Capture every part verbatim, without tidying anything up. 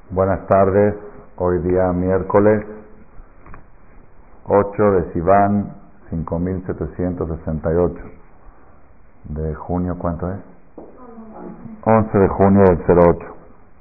Buenas tardes, hoy día miércoles ocho de Sivan, cinco mil setecientos sesenta y ocho de junio, ¿cuánto es? once de junio del cero ocho.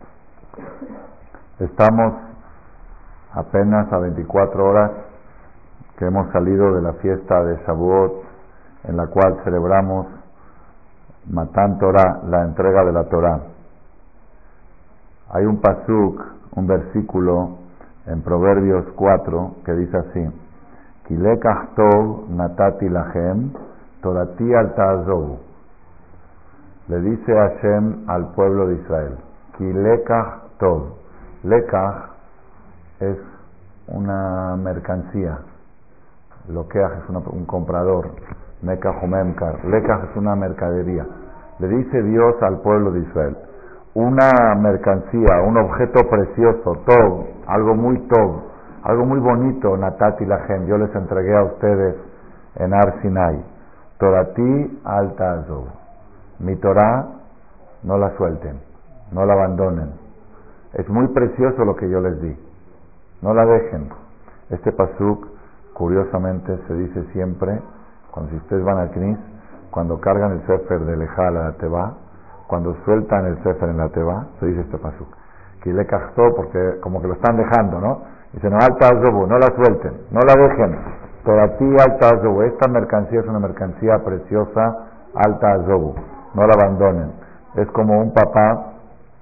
Estamos apenas a veinticuatro horas que hemos salido de la fiesta de Shavuot, en la cual celebramos Matan Torah, la entrega de la Torah. Hay un pasuk, un versículo en Proverbios cuatro que dice así: Ki lekach tov natati lachem, torati al ta'azovu. Le dice Hashem al pueblo de Israel, Ki lekach tov. Lekach es una mercancía, lokeach es una, un comprador, mekach o memkar, lekach es una mercadería. Le dice Dios al pueblo de Israel, una mercancía, un objeto precioso, tov, algo muy tov, algo muy bonito, natati lachem, yo les entregué a ustedes en Har Sinai, torati al ta'azov, mi Torah no la suelten, no la abandonen, es muy precioso lo que yo les di, no la dejen. Este pasuk curiosamente se dice siempre cuando, si ustedes van al Knis, cuando cargan el sefer de Lejal a la Teva, cuando sueltan el sefer en la Teva, se dice este pasuk, que le castó, porque como que lo están dejando, ¿no? Dice, no, alta azobu, no la suelten, no la dejen, torati alta azobu, esta mercancía es una mercancía preciosa, alta azobu, no la abandonen. Es como un papá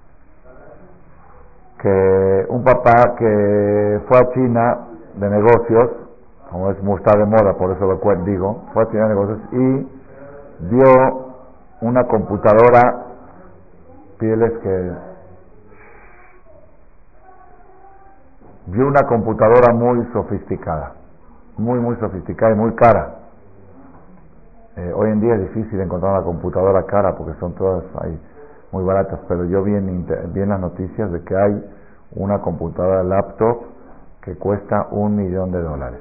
que, un papá que fue a China de negocios, como es muy está de moda, por eso lo cual digo, fue a China de negocios y dio una computadora, pídeles que vio una computadora muy sofisticada, muy muy sofisticada y muy cara. Eh, hoy en día es difícil encontrar una computadora cara porque son todas ahí muy baratas, pero yo vi en, vi en las noticias de que hay una computadora laptop que cuesta un millón de dólares.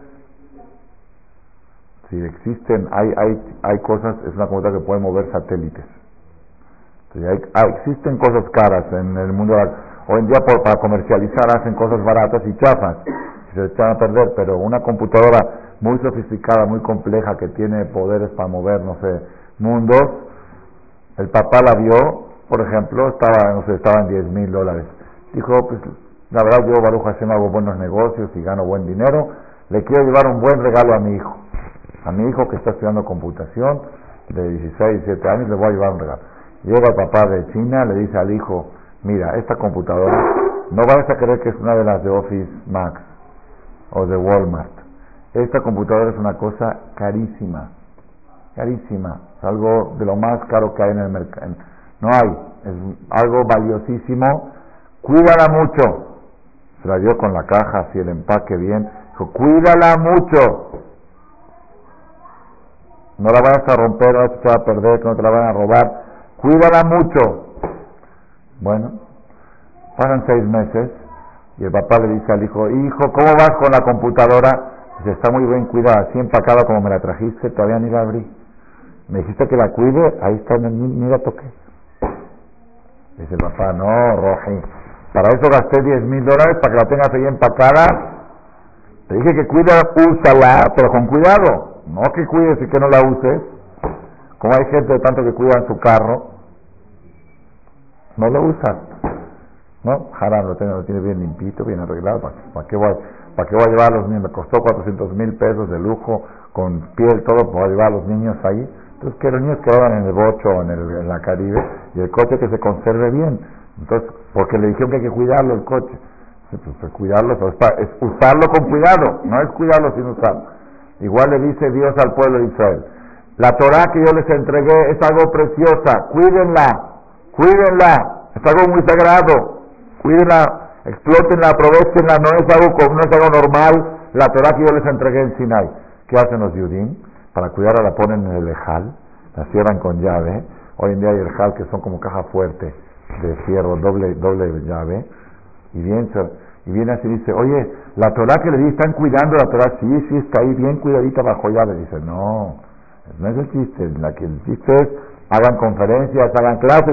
Si existen, hay hay hay cosas, es una computadora que puede mover satélites. Entonces, hay, hay, existen cosas caras en el mundo. Hoy en día por, para comercializar hacen cosas baratas y chafas, y se echan a perder, pero una computadora muy sofisticada, muy compleja, que tiene poderes para mover, no sé, mundos, el papá la vio, por ejemplo, estaba, no sé, estaba en diez mil dólares. Dijo, pues la verdad yo, Baruch Hashem, hago buenos negocios y gano buen dinero, le quiero llevar un buen regalo a mi hijo. A mi hijo que está estudiando computación, de dieciséis, diecisiete años, le voy a llevar un regalo. Llega el papá de China, le dice al hijo, mira, esta computadora, no vayas a creer que es una de las de Office Max o de Walmart. Esta computadora es una cosa carísima, carísima, es algo de lo más caro que hay en el mercado. No hay, es algo valiosísimo, cuídala mucho. Se la dio con la caja, así el empaque bien, dijo, cuídala mucho. No la vayas a romper, no te va a perder, que no te la van a robar, cuídala mucho. Bueno, pasan seis meses y el papá le dice al hijo, hijo, ¿cómo vas con la computadora? Dice, está muy bien cuidada, así empacada como me la trajiste, todavía ni la abrí. Me dijiste que la cuide, ahí está, ni, ni la toqué. Dice el papá, no, Roji, para eso gasté diez mil dólares para que la tengas ahí empacada. Te dije que cuida, úsala, pero con cuidado. No que cuides y que no la uses. Como hay gente de tanto que cuidan su carro, no lo usan, ¿no? Haram lo tiene, lo tiene bien limpito, bien arreglado. ¿Para, para, qué, voy, ¿Para qué voy a llevar a los niños? Me costó cuatrocientos mil pesos de lujo, con piel, todo, para llevar a los niños ahí. Entonces, que los niños que vayan en el bocho o en, el, en la Caribe, y el coche que se conserve bien. Entonces, porque le dijeron que hay que cuidarlo el coche. Sí, pues cuidarlo, pues, es usarlo con cuidado, no es cuidarlo sin usarlo. Igual le dice Dios al pueblo de Israel, la Torah que yo les entregué es algo preciosa, cuídenla, cuídenla, es algo muy sagrado, cuídenla, explótenla, aprovechenla, no es algo, no es algo normal, la Torah que yo les entregué en Sinai. ¿Qué hacen los Yudim? Para cuidarla la ponen en el ejal, la cierran con llave. Hoy en día hay el ejal que son como caja fuerte de fierro, doble, doble llave, y bien, y viene así y dice, oye, la Torah que le di, ¿están cuidando la Torah? Sí, sí, está ahí bien cuidadita bajo llave. Dice, no, no es el chiste, la que el chiste es, hagan conferencias, hagan clases,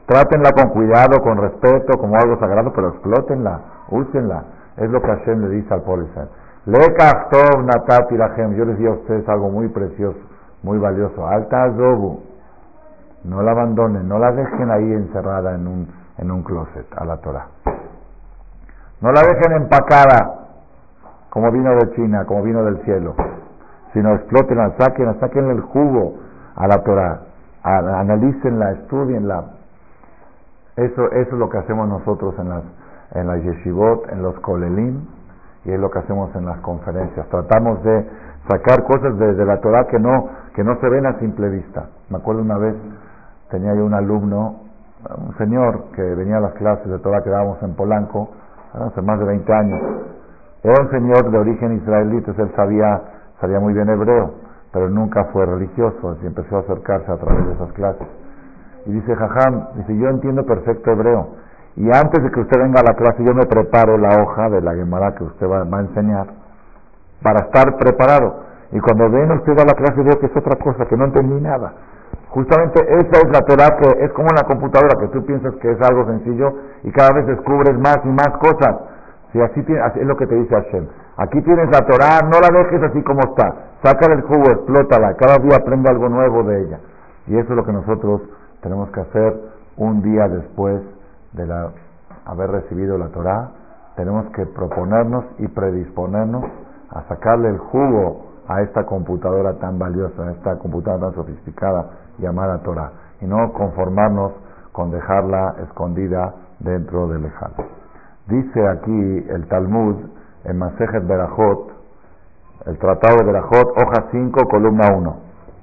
Trátenla con cuidado, con respeto, como algo sagrado, pero explótenla, úsenla. Es lo que Hashem le dice al pueblo de Israel. Lekach tov natati lachem. Yo les digo a ustedes algo muy precioso, muy valioso. Alta azobu. No la abandonen, no la dejen ahí encerrada en un, en un closet, a la Torah. No la dejen empacada, como vino de China, como vino del cielo. Sino explótenla, sáquenla, sáquenle el jugo a la Torah. Analícenla, estudienla. Eso, eso es lo que hacemos nosotros en las, en las yeshivot, en los kolelim, y es lo que hacemos en las conferencias. Tratamos de sacar cosas de, de la Torah que no, que no se ven a simple vista. Me acuerdo una vez, tenía yo un alumno, un señor que venía a las clases de Torah que dábamos en Polanco, hace más de veinte años. Era un señor de origen israelita, él sabía, sabía muy bien hebreo, pero nunca fue religioso, y empezó a acercarse a través de esas clases. Y dice, Jajam, dice, yo entiendo perfecto hebreo, y antes de que usted venga a la clase, yo me preparo la hoja de la Gemara que usted va, va a enseñar, para estar preparado. Y cuando viene usted a la clase, veo que es otra cosa, que no entendí nada. Justamente esa es la Torah, que es como una computadora, que tú piensas que es algo sencillo, y cada vez descubres más y más cosas. Si así, tiene, así es lo que te dice Hashem. Aquí tienes la Torah, no la dejes así como está. Sácale el jugo, explótala, cada día aprende algo nuevo de ella. Y eso es lo que nosotros tenemos que hacer un día después de la, haber recibido la Torah. Tenemos que proponernos y predisponernos a sacarle el jugo a esta computadora tan valiosa, a esta computadora tan sofisticada llamada Torah, y no conformarnos con dejarla escondida dentro del Ejal. Dice aquí el Talmud en Masejet Berajot, el Tratado de Berajot, hoja cinco, columna uno.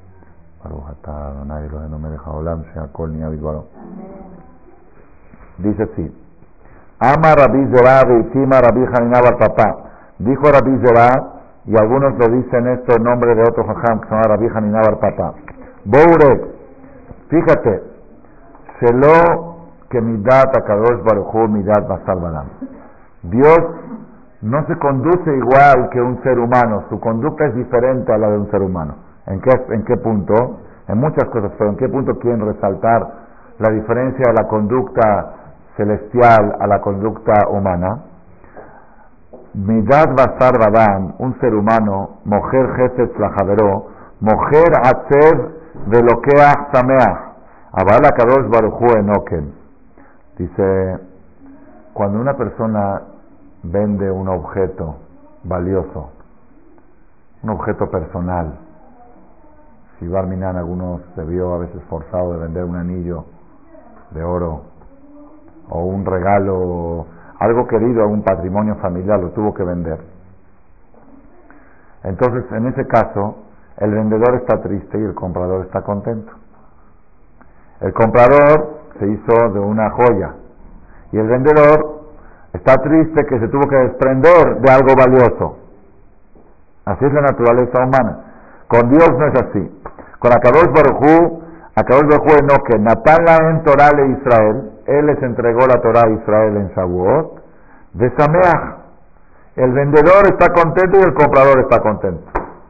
Dice así: Ama Rabbi Zerah Veitima Rabbi Hanina Bar Papa. Dijo Rabbi Zerah, y algunos le dicen esto en nombre de otro jajam que se llama Rabbi Hanina Bar Papa. Boure, fíjate, Shelo que Midat Akadosh Baruj Hu Midat Basar Baram. Dios no se conduce igual que un ser humano, su conducta es diferente a la de un ser humano. ¿En qué, en qué punto? En muchas cosas, pero ¿en qué punto quieren resaltar la diferencia de la conducta celestial a la conducta humana? Midat Basar Badam, un ser humano, Mojer Gesed Flajadero, Mojer Atzev Velokeach Sameach, Abal Akadosh Baruj Hu Enoken. Dice, cuando una persona vende un objeto valioso, un objeto personal, si Barminan algunos se vio a veces forzado de vender un anillo de oro o un regalo, algo querido, un patrimonio familiar, lo tuvo que vender. Entonces, en ese caso, el vendedor está triste y el comprador está contento. El comprador se hizo de una joya y el vendedor está triste que se tuvo que desprender de algo valioso. Así es la naturaleza humana. Con Dios no es así. Con Akadosh Baruj Hu, Akadosh Baruj Hu no, que Natala en Torah le Israel, él les entregó la Torah a Israel en Shavuot, de Sameach. El vendedor está contento y el comprador está contento.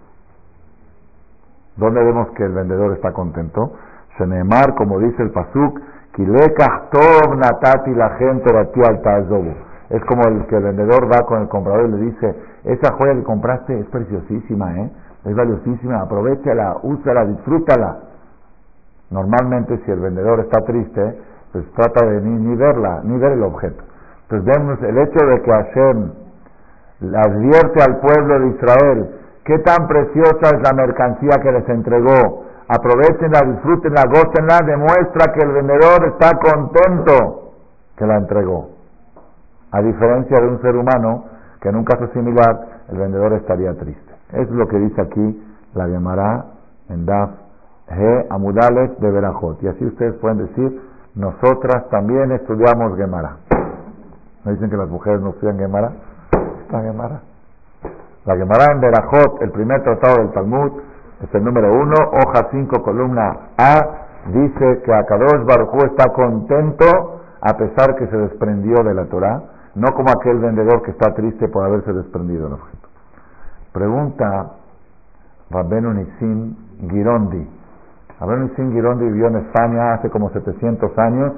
¿Dónde vemos que el vendedor está contento? Shenemar, como dice el Pasuk, Kilekach tov natati lachem torati al ta'azobu. Es como el que el vendedor va con el comprador y le dice, esa joya que compraste es preciosísima, ¿eh? Es valiosísima, aprovechala, úsala, disfrútala. Normalmente si el vendedor está triste, pues trata de ni, ni verla, ni ver el objeto. Entonces vemos el hecho de que Hashem le advierte al pueblo de Israel, qué tan preciosa es la mercancía que les entregó, aprovechenla, disfrútenla, gócenla, demuestra que el vendedor está contento que la entregó. A diferencia de un ser humano, que en un caso similar, el vendedor estaría triste. Es lo que dice aquí la Gemara en Daf He Amudales de Berajot. Y así ustedes pueden decir, nosotras también estudiamos Gemara. ¿No dicen que las mujeres no estudian Gemara? La Gemara. La Gemara en Berajot, el primer tratado del Talmud, es el número uno, hoja cinco, columna A, dice que Akadosh Baruj Hu está contento a pesar que se desprendió de la Torah, no como aquel vendedor que está triste por haberse desprendido del objeto. Pregunta Rabbenu Nissim Girondi. Rabbenu Nissim Girondi vivió en España hace como setecientos años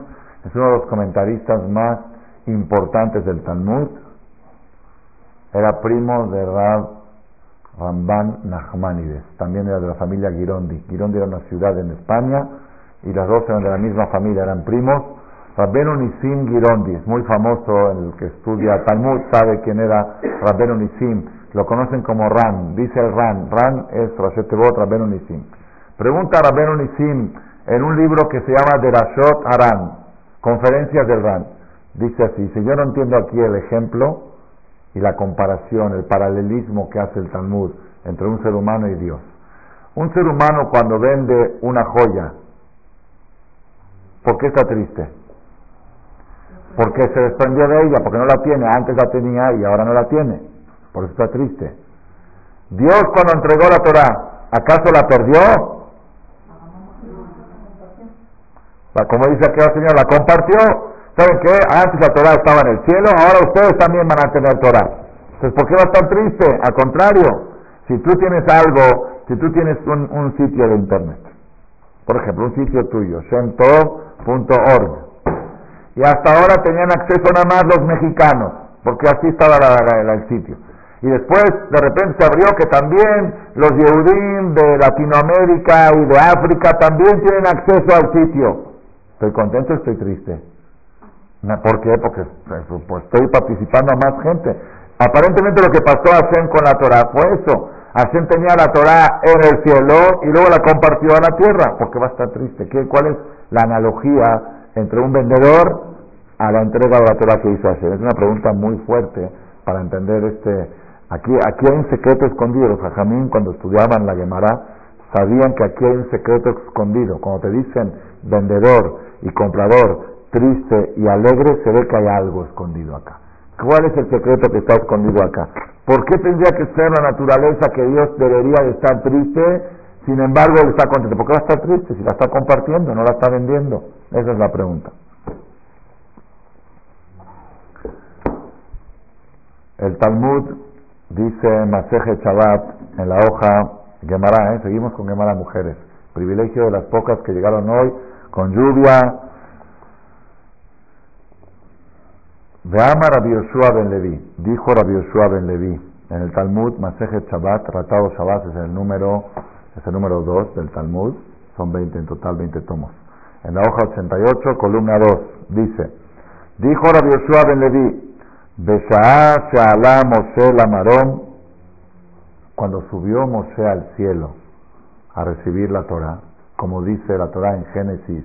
es uno de los comentaristas más importantes del Talmud. Era primo de Rab Ramban Nachmanides, también era de la familia Girondi. Girondi era una ciudad en España y las dos eran de la misma familia, eran primos. Rabbenu Nisim Girondi, es muy famoso, el que estudia Talmud sabe quién era Rabbenu Nisim, lo conocen como Ran, dice el Ran, Ran es Rashet Tevot Rabbenu Nisim. Pregunta a Rabbenu Nisim en un libro que se llama Derashot Aran, Conferencias del Ran, dice así: si yo no entiendo aquí el ejemplo y la comparación, el paralelismo que hace el Talmud entre un ser humano y Dios. Un ser humano cuando vende una joya, ¿por qué está triste? Porque se desprendió de ella, porque no la tiene, antes la tenía y ahora no la tiene, por eso está triste. Dios cuando entregó la Torah, ¿acaso la perdió? Como dice aquella señora, la compartió. ¿Saben qué? Antes la Torah estaba en el cielo, ahora ustedes también van a tener Torah. Entonces, ¿por qué va a estar triste? Al contrario, si tú tienes algo, si tú tienes un, un sitio de internet, por ejemplo, un sitio tuyo, shem tov punto org, y hasta ahora tenían acceso nada más los mexicanos, porque así estaba la, la, la, el sitio. Y después, de repente se abrió que también los Yehudim de Latinoamérica y de África también tienen acceso al sitio. ¿Estoy contento o estoy triste? ¿Por qué? Porque pues, estoy participando a más gente. Aparentemente lo que pasó a Hashem con la Torah fue eso. Hashem tenía la Torah en el cielo y luego la compartió a la tierra. ¿Por qué va a estar triste? ¿Qué, ¿Cuál es la analogía entre un vendedor a la entrega de la Torah que hizo Hashem? Es una pregunta muy fuerte para entender este. Aquí, aquí hay un secreto escondido. Los Jajamín, cuando estudiaban la Gemara, sabían que aquí hay un secreto escondido. Cuando te dicen vendedor y comprador, triste y alegre, se ve que hay algo escondido acá. ¿Cuál es el secreto que está escondido acá? ¿Por qué tendría que ser la naturaleza que Dios debería de estar triste? Sin embargo, él está contento. ¿Por qué va a estar triste si la está compartiendo, no la está vendiendo? Esa es la pregunta. El Talmud dice Masejet Shabbat en la hoja Gemara, ¿eh? Seguimos con Gemara mujeres. Privilegio de las pocas que llegaron hoy con lluvia. Veama Rabbi Yoshua ben Levi, dijo Rabbi Yoshua ben Levi en el Talmud Masejet Shabbat, Tratado Shabbat es el número es el número dos del Talmud, son veinte en total, veinte tomos. En la hoja ochenta y ocho, columna dos, dice: dijo Rabbi Yoshua ben Levi, Besha'a she'ala Moshe lamarom, cuando subió Moshe al cielo a recibir la Torah, como dice la Torah en Génesis,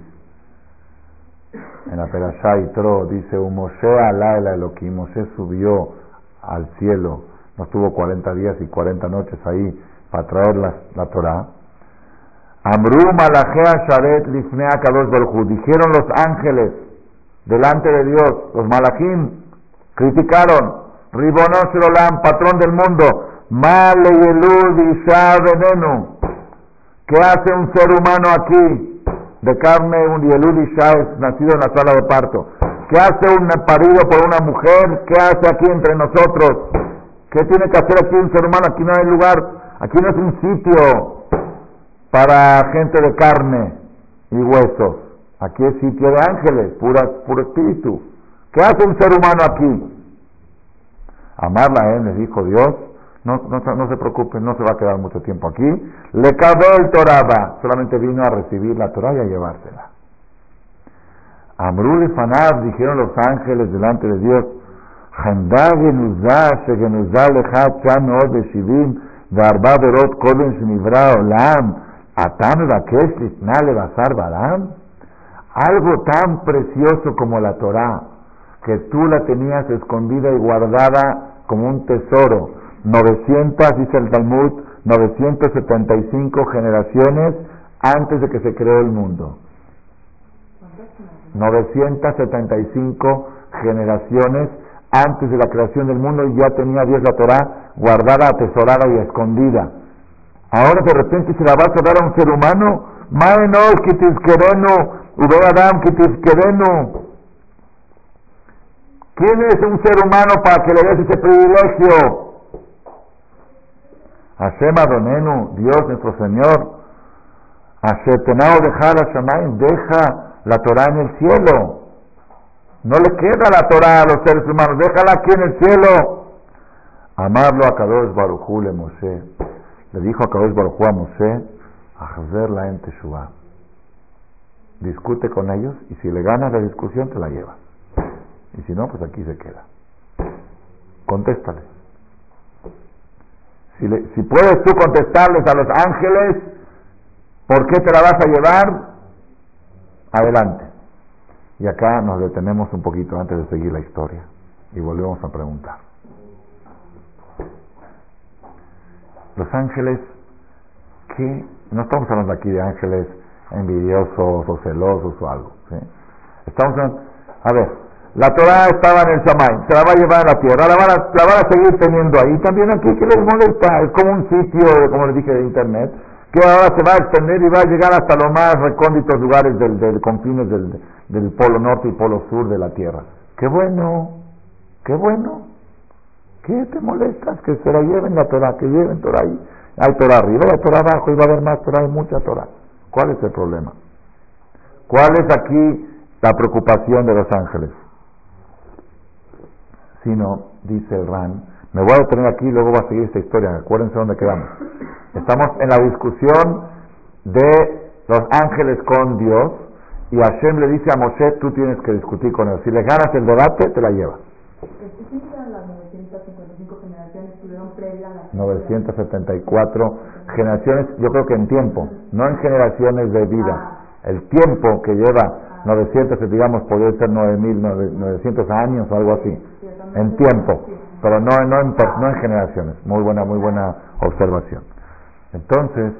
en la Perashá Yitro, dice: un Moshe alá el Elohim, Moshe subió al cielo, no estuvo cuarenta días y cuarenta noches ahí para traer la, la Torah. Amru malachea sharet lifnei HaKadosh Baruj Hu, dijeron los ángeles delante de Dios, los malachim criticaron: Ribono shel olam, patrón del mundo, ma leyelud isha venenu, ¿qué hace un ser humano aquí de carne, un Yelud Isha, es nacido en la sala de parto? ¿Qué hace un parido por una mujer? ¿Qué hace aquí entre nosotros? ¿Qué tiene que hacer aquí un ser humano? Aquí no hay lugar, aquí no es un sitio para gente de carne y huesos, aquí es sitio de ángeles, pura, puro espíritu. ¿Qué hace un ser humano aquí? Amarla, ¿eh? Les dijo Dios, no, no, no se preocupen, no se va a quedar mucho tiempo aquí. Le cabó el Torah, solamente vino a recibir la Torah y a llevársela. Amrul Fanab, dijeron los ángeles delante de Dios: Jendá genuzá, shegenuzá lejat chanot de shivim, de arba berot koden shenivra olam, atam vakesh litna lebasar baram. Algo tan precioso como la Torah, que tú la tenías escondida y guardada como un tesoro. novecientas, dice el Talmud, novecientas setenta y cinco generaciones antes de que se creó el mundo. novecientas setenta y cinco generaciones antes de la creación del mundo, y ya tenía Dios la Torah guardada, atesorada y escondida. Ahora de repente se la vas a dar a un ser humano. Maeno kitizkerenu, ube adam kitizkerenu. ¿Quién es un ser humano para que le des ese privilegio? Hashem Adonenu, Dios nuestro Señor. Hashetenao dejar a Shamayim, deja la Torah en el cielo. No le queda la Torah a los seres humanos, déjala aquí en el cielo. Amarlo a Kadosh Baruj Hu le Moshe. Le dijo a Kadosh Baruj Hu a Moshe, Ahzer la en Teshuvah. Discute con ellos y si le ganas la discusión te la llevas. Y si no, pues aquí se queda. Contéstale. Si, le, si puedes tú contestarles a los ángeles, ¿por qué te la vas a llevar? Adelante. Y acá nos detenemos un poquito antes de seguir la historia y volvemos a preguntar. Los ángeles, ¿qué? No estamos hablando aquí de ángeles envidiosos o celosos o algo, ¿sí? Estamos hablando, a ver, la Torah estaba en el Shamay, se la va a llevar a la tierra, la van a, la van a seguir teniendo ahí. También aquí, ¿qué les molesta? Es como un sitio, como les dije, de internet, que ahora se va a extender y va a llegar hasta los más recónditos lugares del, del confines del, del polo norte y polo sur de la tierra. ¡Qué bueno! ¡Qué bueno! ¿Qué te molestas? Que se la lleven la Torah, que lleven Torah ahí. Hay Torah arriba, hay Torah abajo, y va a haber más Torah, hay mucha Torah. ¿Cuál es el problema? ¿Cuál es aquí la preocupación de los ángeles? Si no, dice el Ran, me voy a detener aquí y luego va a seguir esta historia, acuérdense dónde quedamos. Estamos en la discusión de los ángeles con Dios, y Hashem le dice a Moshe, tú tienes que discutir con él. Si le ganas el debate, te la llevas. novecientas setenta y cuatro generaciones, yo creo que en tiempo, no en generaciones de vida. El tiempo que lleva novecientos, digamos, podría ser nueve mil novecientos años o algo así. En tiempo, pero no, no, en, no en generaciones. Muy buena, muy buena observación. Entonces,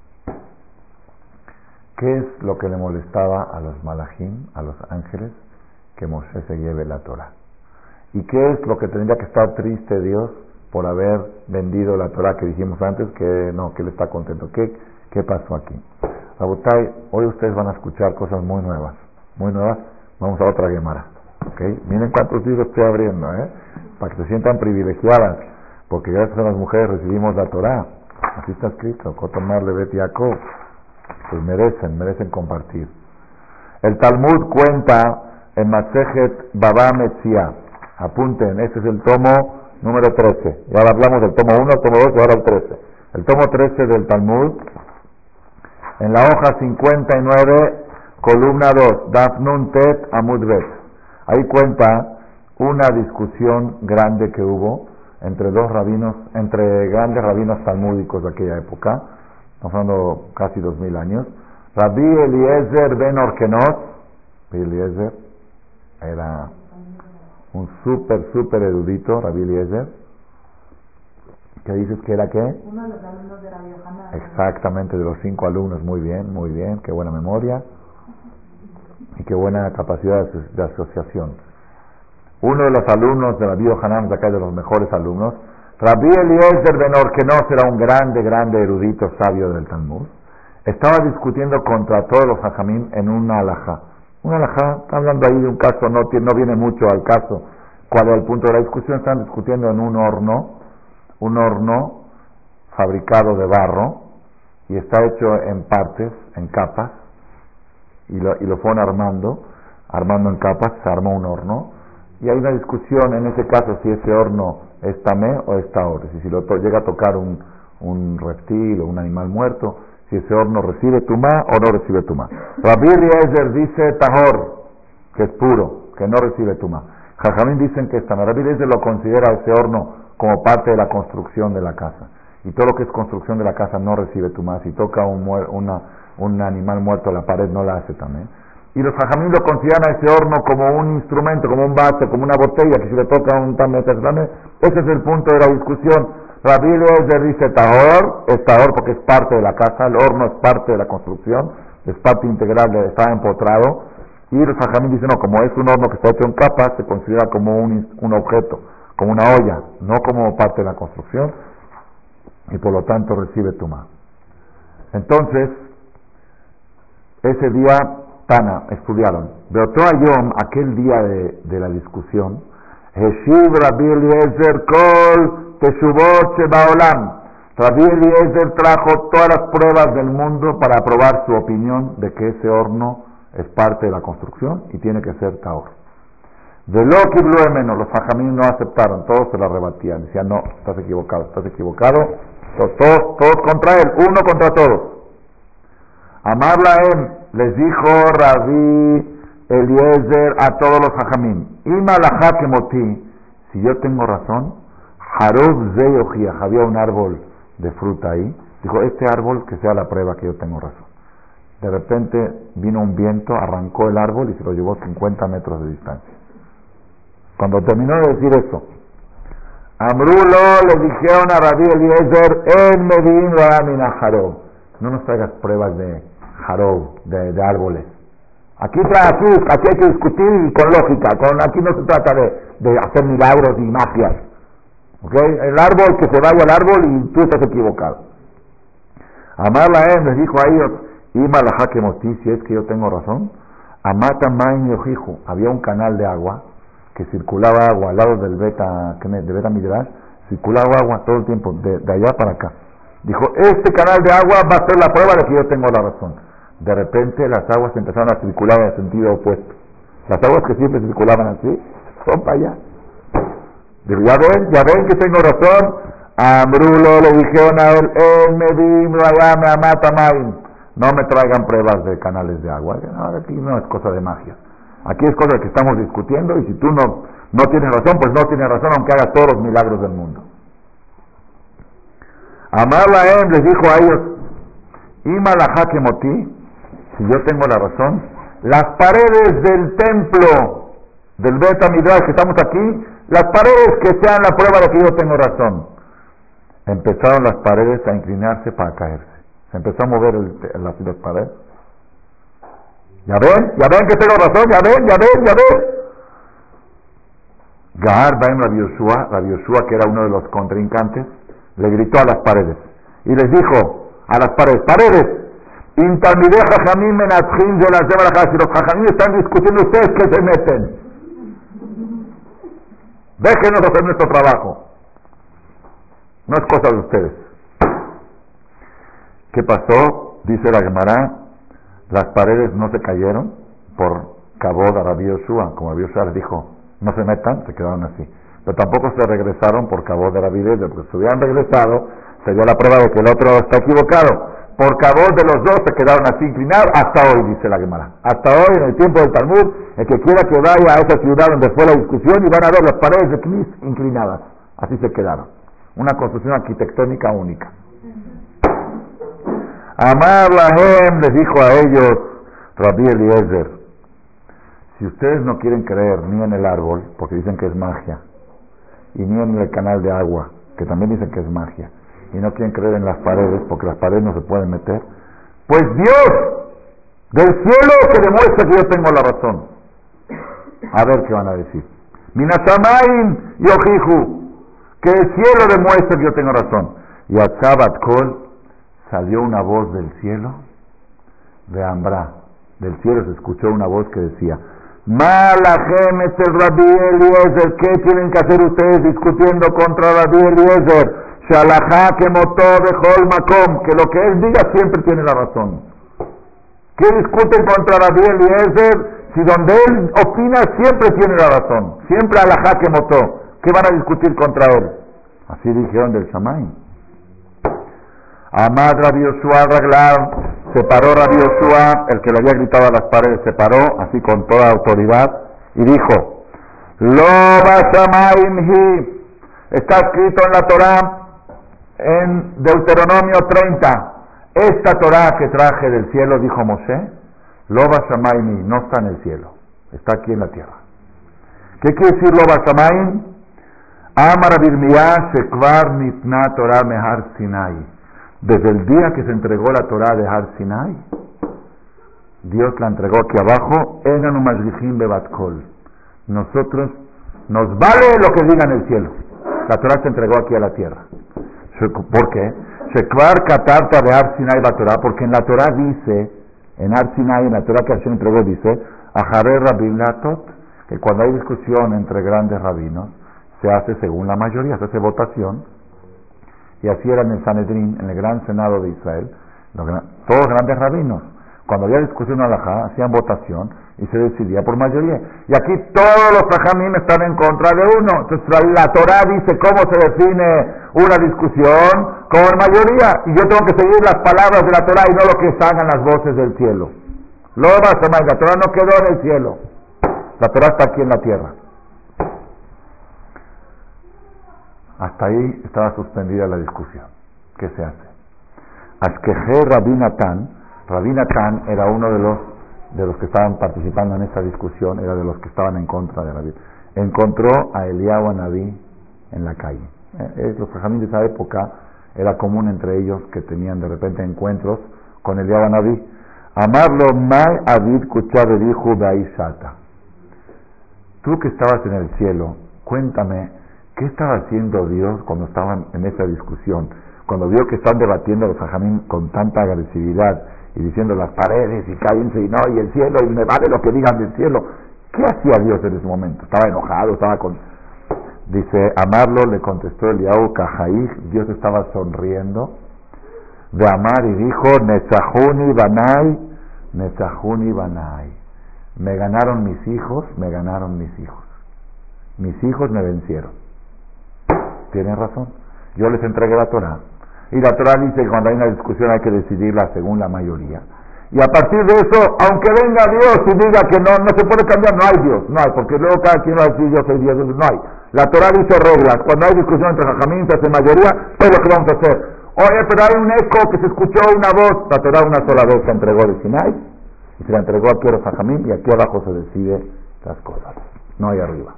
¿qué es lo que le molestaba a los malajim, a los ángeles? Que Moshe se lleve la Torah. ¿Y qué es lo que tendría que estar triste Dios por haber vendido la Torah que dijimos antes? Que no, que él está contento. ¿Qué, qué pasó aquí? Rabotai, hoy ustedes van a escuchar cosas muy nuevas. Muy nuevas. Vamos a otra Gemara. ¿Okay? Miren cuántos libros estoy abriendo, ¿eh? Para que se sientan privilegiadas. Porque gracias a las mujeres recibimos la Torah. Así está escrito. Kotomar Levet Yaakov. Pues merecen, merecen compartir. El Talmud cuenta en Masejet Baba Metzia. Apunten, este es el tomo número trece. Y ahora hablamos del tomo uno, el tomo dos y ahora el trece. El tomo trece del Talmud, en la hoja cincuenta y nueve, columna dos, Daf Nun Tet Amud Bet. Ahí cuenta una discusión grande que hubo entre dos rabinos, entre grandes rabinos talmúdicos de aquella época, estamos hablando casi dos mil años. Rabbi Eliezer ben Orkenot, Rabbi Eliezer era un súper, súper erudito, Rabbi Eliezer. ¿Qué dices que era qué? Uno de los alumnos de Rabbi Yohanan. Exactamente, de los cinco alumnos, muy bien, muy bien, qué buena memoria y qué buena capacidad de, de asociación. Uno de los alumnos de Rabbi Yohanan, de acá de los mejores alumnos, Rabbi Eliezer ben Orkenot, era un grande, grande erudito sabio del Talmud. Estaba discutiendo contra todos los hajamim en una alajá. Una alajá, está hablando ahí de un caso, no, no viene mucho al caso. ¿Cuál es el punto de la discusión? Están discutiendo en un horno, un horno fabricado de barro, y está hecho en partes, en capas, y lo, y lo fueron armando, armando en capas, se armó un horno, y hay una discusión en ese caso si ese horno es tamé o es taor, si, si lo to- llega a tocar un, un reptil o un animal muerto, si ese horno recibe tumá o no recibe tumá. Rabbi Eliezer dice tahor, que es puro, que no recibe tumá. Jajamín dicen que es tamé. Rabbi Eliezer lo considera ese horno como parte de la construcción de la casa. Y todo lo que es construcción de la casa no recibe tumá. Si toca un, muer, una, un animal muerto a la pared no la hace tamé. Y los jajamín lo consideran a ese horno como un instrumento, como un vaso, como una botella, que si le toca un tamé, tamé. Ese es el punto de la discusión. Rabbi Eliezer dice tahor, es tahor porque es parte de la casa, el horno es parte de la construcción, es parte integral, de, está empotrado, y los hajamim dicen, no, como es un horno que está hecho en capas, se considera como un, un objeto, como una olla, no como parte de la construcción, y por lo tanto recibe tumá. Entonces, ese día, Tana, estudiaron, Beoto Ayom, aquel día de, de la discusión, Heshiv Rabbi Eliezer Kol Teshuvot Shebaolam. Rabbi Eliezer trajo todas las pruebas del mundo para probar su opinión de que ese horno es parte de la construcción y tiene que ser tahor. De lo que menos, los hajamim no aceptaron, todos se la rebatían, decían, no, estás equivocado, estás equivocado, todos, todos, todos contra él, uno contra todos. Amar Lahem, les dijo Rabí Eliezer a todos los hajamim, Ima laha kemoti, si yo tengo razón, Harov Zeyojiah, había un árbol de fruta ahí, dijo, este árbol que sea la prueba que yo tengo razón. De repente vino un viento, arrancó el árbol y se lo llevó cincuenta metros de distancia. Cuando terminó de decir eso, Amrulo le dijeron a Rabí Eliezer, en Medin Ramina Harov, no nos traigas pruebas de Harov, de, de árboles. Aquí, aquí, aquí hay que discutir con lógica, con, aquí no se trata de, de hacer milagros y magias. ¿Okay? El árbol, que se vaya al árbol y tú estás equivocado. Amar Lahem les dijo a ellos, Ima laha kemoti, si es que yo tengo razón, Amata Maim Yojihu, había un canal de agua que circulaba agua al lado del Beta, de Beta Midrash, circulaba agua todo el tiempo, de, de allá para acá. Dijo, este canal de agua va a ser la prueba de que yo tengo la razón. De repente las aguas empezaron a circular en el sentido opuesto. Las aguas que siempre circulaban así, son para allá. Digo, ya ven, ya ven que tengo razón. A Amrulo le dijeron a él, él me di, me amata maim. No me traigan pruebas de canales de agua. No, aquí no es cosa de magia. Aquí es cosa de que estamos discutiendo y si tú no, no tienes razón, pues no tienes razón aunque hagas todos los milagros del mundo. Amar Lahem les dijo a ellos, Ima laha kemoti, si yo tengo la razón, las paredes del templo del Beta Midrash que estamos aquí, las paredes que sean la prueba de que yo tengo razón. Empezaron las paredes a inclinarse para caerse. Se empezó a mover el, las, las paredes. Ya ven, ya ven que tengo razón, ya ven, ya ven, ya ven. Gahar Baim Rabbi Yoshua, Rabbi Yoshua, que era uno de los contrincantes, le gritó a las paredes y les dijo a las paredes, paredes, Intalmidei Jajamim menatjim de las Debarajá, si los Jajamim están discutiendo, ustedes que se meten. Déjenos hacer nuestro trabajo. No es cosa de ustedes. ¿Qué pasó? Dice la Gemara, las paredes no se cayeron por Kabod a Rabbi Yoshua, como Rabbi Yoshua les dijo, no se metan, se quedaron así. Pero tampoco se regresaron por Kabod de Rabbi Eliezer, porque si hubieran regresado, sería la prueba de que el otro está equivocado. Por Kabod de los dos se quedaron así inclinados, hasta hoy, dice la Gemara. Hasta hoy, en el tiempo del Talmud, el que quiera que vaya a esa ciudad donde fue la discusión y van a ver las paredes de Knis inclinadas. Así se quedaron. Una construcción arquitectónica única. Amar Lahem les dijo a ellos, Rabí Eliezer, si ustedes no quieren creer ni en el árbol, porque dicen que es magia, y ni en el canal de agua, que también dicen que es magia, y no quieren creer en las paredes, porque las paredes no se pueden meter, pues Dios del cielo que demuestre que yo tengo la razón. A ver qué van a decir. Minashamayim yojihu, que el cielo demuestre que yo tengo razón. Y a Shabbat Kol salió una voz del cielo, de Ambra, del cielo se escuchó una voz que decía, Malahem es el Rabí Eliezer, ¿qué tienen que hacer ustedes discutiendo contra Rabí Eliezer? Shalachá que motó de Hol Makom, que lo que él diga siempre tiene la razón. ¿Qué discuten contra Rabí Eliezer? Si donde él opina siempre tiene la razón, siempre alajá que motó, ¿qué van a discutir contra él? Así dijeron del Shamayim. Amad Rabbi Yoshua Raglar, se paró Rabbi Yoshua, el que le había gritado a las paredes, se paró, así con toda autoridad, y dijo, Lo Bashamayim hi, está escrito en la Torah, en Deuteronomio treinta, esta Torah que traje del cielo, dijo Moshe, Lo Bashamayim hi, no está en el cielo, está aquí en la tierra. ¿Qué quiere decir Lo Bashamayim? Amar Birmiyah Shekvar Nitna Torah Mehar Sinai. Desde el día que se entregó la Torah de Har Sinai, Dios la entregó aquí abajo, Enanu Mashgichim Bebat Kol. Nosotros, nos vale lo que diga en el cielo. La Torah se entregó aquí a la tierra. ¿Por qué? Shekvar Katarta de Har Sinai Batorah, porque en la Torah dice, en Har Sinai, en la Torah que Hashem entregó, dice, Aharé Rabim Latot, que cuando hay discusión entre grandes rabinos, se hace según la mayoría, se hace votación. Y así era en el Sanedrín, en el gran Senado de Israel, los gran, todos grandes rabinos. Cuando había discusión en alajá, hacían votación y se decidía por mayoría. Y aquí todos los jajamim están en contra de uno. Entonces la, la Torah dice cómo se define una discusión con mayoría. Y yo tengo que seguir las palabras de la Torah y no lo que salgan las voces del cielo. Lo vas a la Torah no quedó en el cielo. La Torah está aquí en la tierra. Hasta ahí estaba suspendida la discusión. ¿Qué se hace? Askeje Rabbi Natán. Rabbi Natán era uno de los de los que estaban participando en esta discusión, era de los que estaban en contra de Rabbi. Encontró a Eliyahu Anabí en la calle. Eh, los jajamín de esa época era común entre ellos que tenían de repente encuentros con Eliyahu Anabí. Amarlo Mai Avid Kuchaberihu Baishata. Tú que estabas en el cielo, cuéntame, ¿qué estaba haciendo Dios cuando estaban en esa discusión? Cuando vio que están debatiendo los jajamín con tanta agresividad y diciendo las paredes y cállense y no, y el cielo, y me vale lo que digan del cielo. ¿Qué hacía Dios en ese momento? ¿Estaba enojado? ¿Estaba con...? Dice, Amarlo le contestó Eliyahu Kajaij, Dios estaba sonriendo de Amar y dijo, Netzahuni Banai, Netzahuni Banai. Me ganaron mis hijos, me ganaron mis hijos. Mis hijos me vencieron. Tienen razón. Yo les entregué la Torah. Y la Torah dice que cuando hay una discusión hay que decidirla según la mayoría. Y a partir de eso, aunque venga Dios y diga que no, no se puede cambiar, no hay Dios, no hay, porque luego cada quien va a decir yo soy Dios, no hay. La Torah dice reglas. Cuando hay discusión entre jajamín se hace mayoría, ¿qué es lo que vamos a hacer? Oye, pero hay un eco que se escuchó una voz. La Torah una sola vez se entregó de Sinai y se la entregó aquí a los jajamín y aquí abajo se decide las cosas. No hay arriba.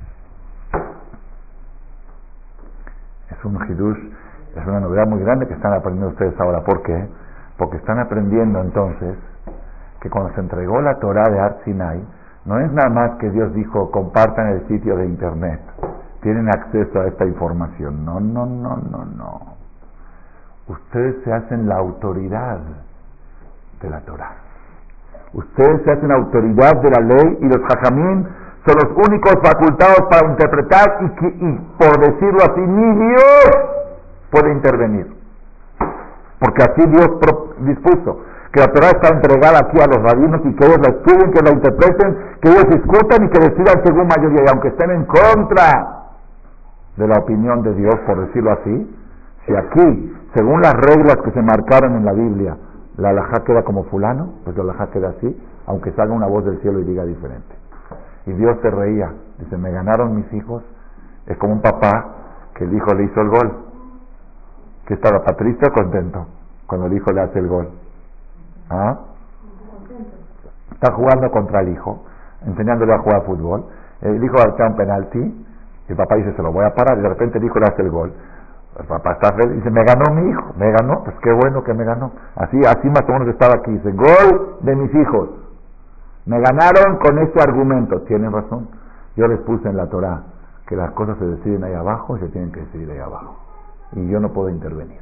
Es un hidush, es una novedad muy grande que están aprendiendo ustedes ahora. ¿Por qué? Porque están aprendiendo entonces que cuando se entregó la Torah de Har Sinai, no es nada más que Dios dijo, compartan el sitio de internet, tienen acceso a esta información. No, no, no, no, no. Ustedes se hacen la autoridad de la Torah. Ustedes se hacen autoridad de la ley y los jajamín son los únicos facultados para interpretar y, que, y por decirlo así, ni Dios puede intervenir. Porque así Dios dispuso que la Torah está entregada aquí a los rabinos y que ellos la estudien, que la interpreten, que ellos discutan y que decidan según mayoría. Y aunque estén en contra de la opinión de Dios, por decirlo así, si aquí, según las reglas que se marcaron en la Biblia, la halajá queda como fulano, pues la halajá queda así, aunque salga una voz del cielo y diga diferente. Y Dios se reía, dice, me ganaron mis hijos. Es como un papá que el hijo le hizo el gol. ¿Qué estaba, triste o contento cuando el hijo le hace el gol? ¿Ah? Está jugando contra el hijo, enseñándole a jugar fútbol. El hijo va a echar un penalti y el papá dice, se lo voy a parar, y de repente el hijo le hace el gol. El papá está feliz y dice, me ganó mi hijo, me ganó, pues qué bueno que me ganó. Así, así más o menos estaba aquí, dice, gol de mis hijos. Me ganaron con este argumento. Tienen razón. Yo les puse en la Torah que las cosas se deciden ahí abajo y se tienen que decidir ahí abajo. Y yo no puedo intervenir.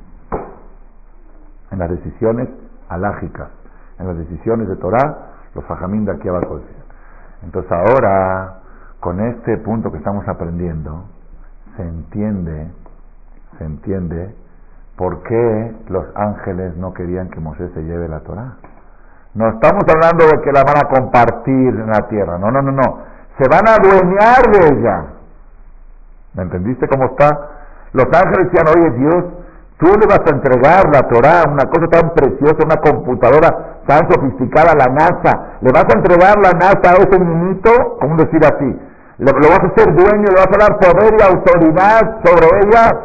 En las decisiones alágicas, en las decisiones de Torah, los fajamín de aquí abajo deciden. Entonces ahora, con este punto que estamos aprendiendo, se entiende, se entiende por qué los ángeles no querían que Moshe se lleve la Torah. No estamos hablando de que la van a compartir en la tierra, no, no, no, no. Se van a adueñar de ella. ¿Me entendiste cómo está? Los ángeles decían, oye Dios, tú le vas a entregar la Torah, una cosa tan preciosa, una computadora tan sofisticada a la NASA. Le vas a entregar la NASA a ese niñito, ¿cómo decir así? Lo, lo vas a hacer dueño, le vas a dar poder y autoridad sobre ella,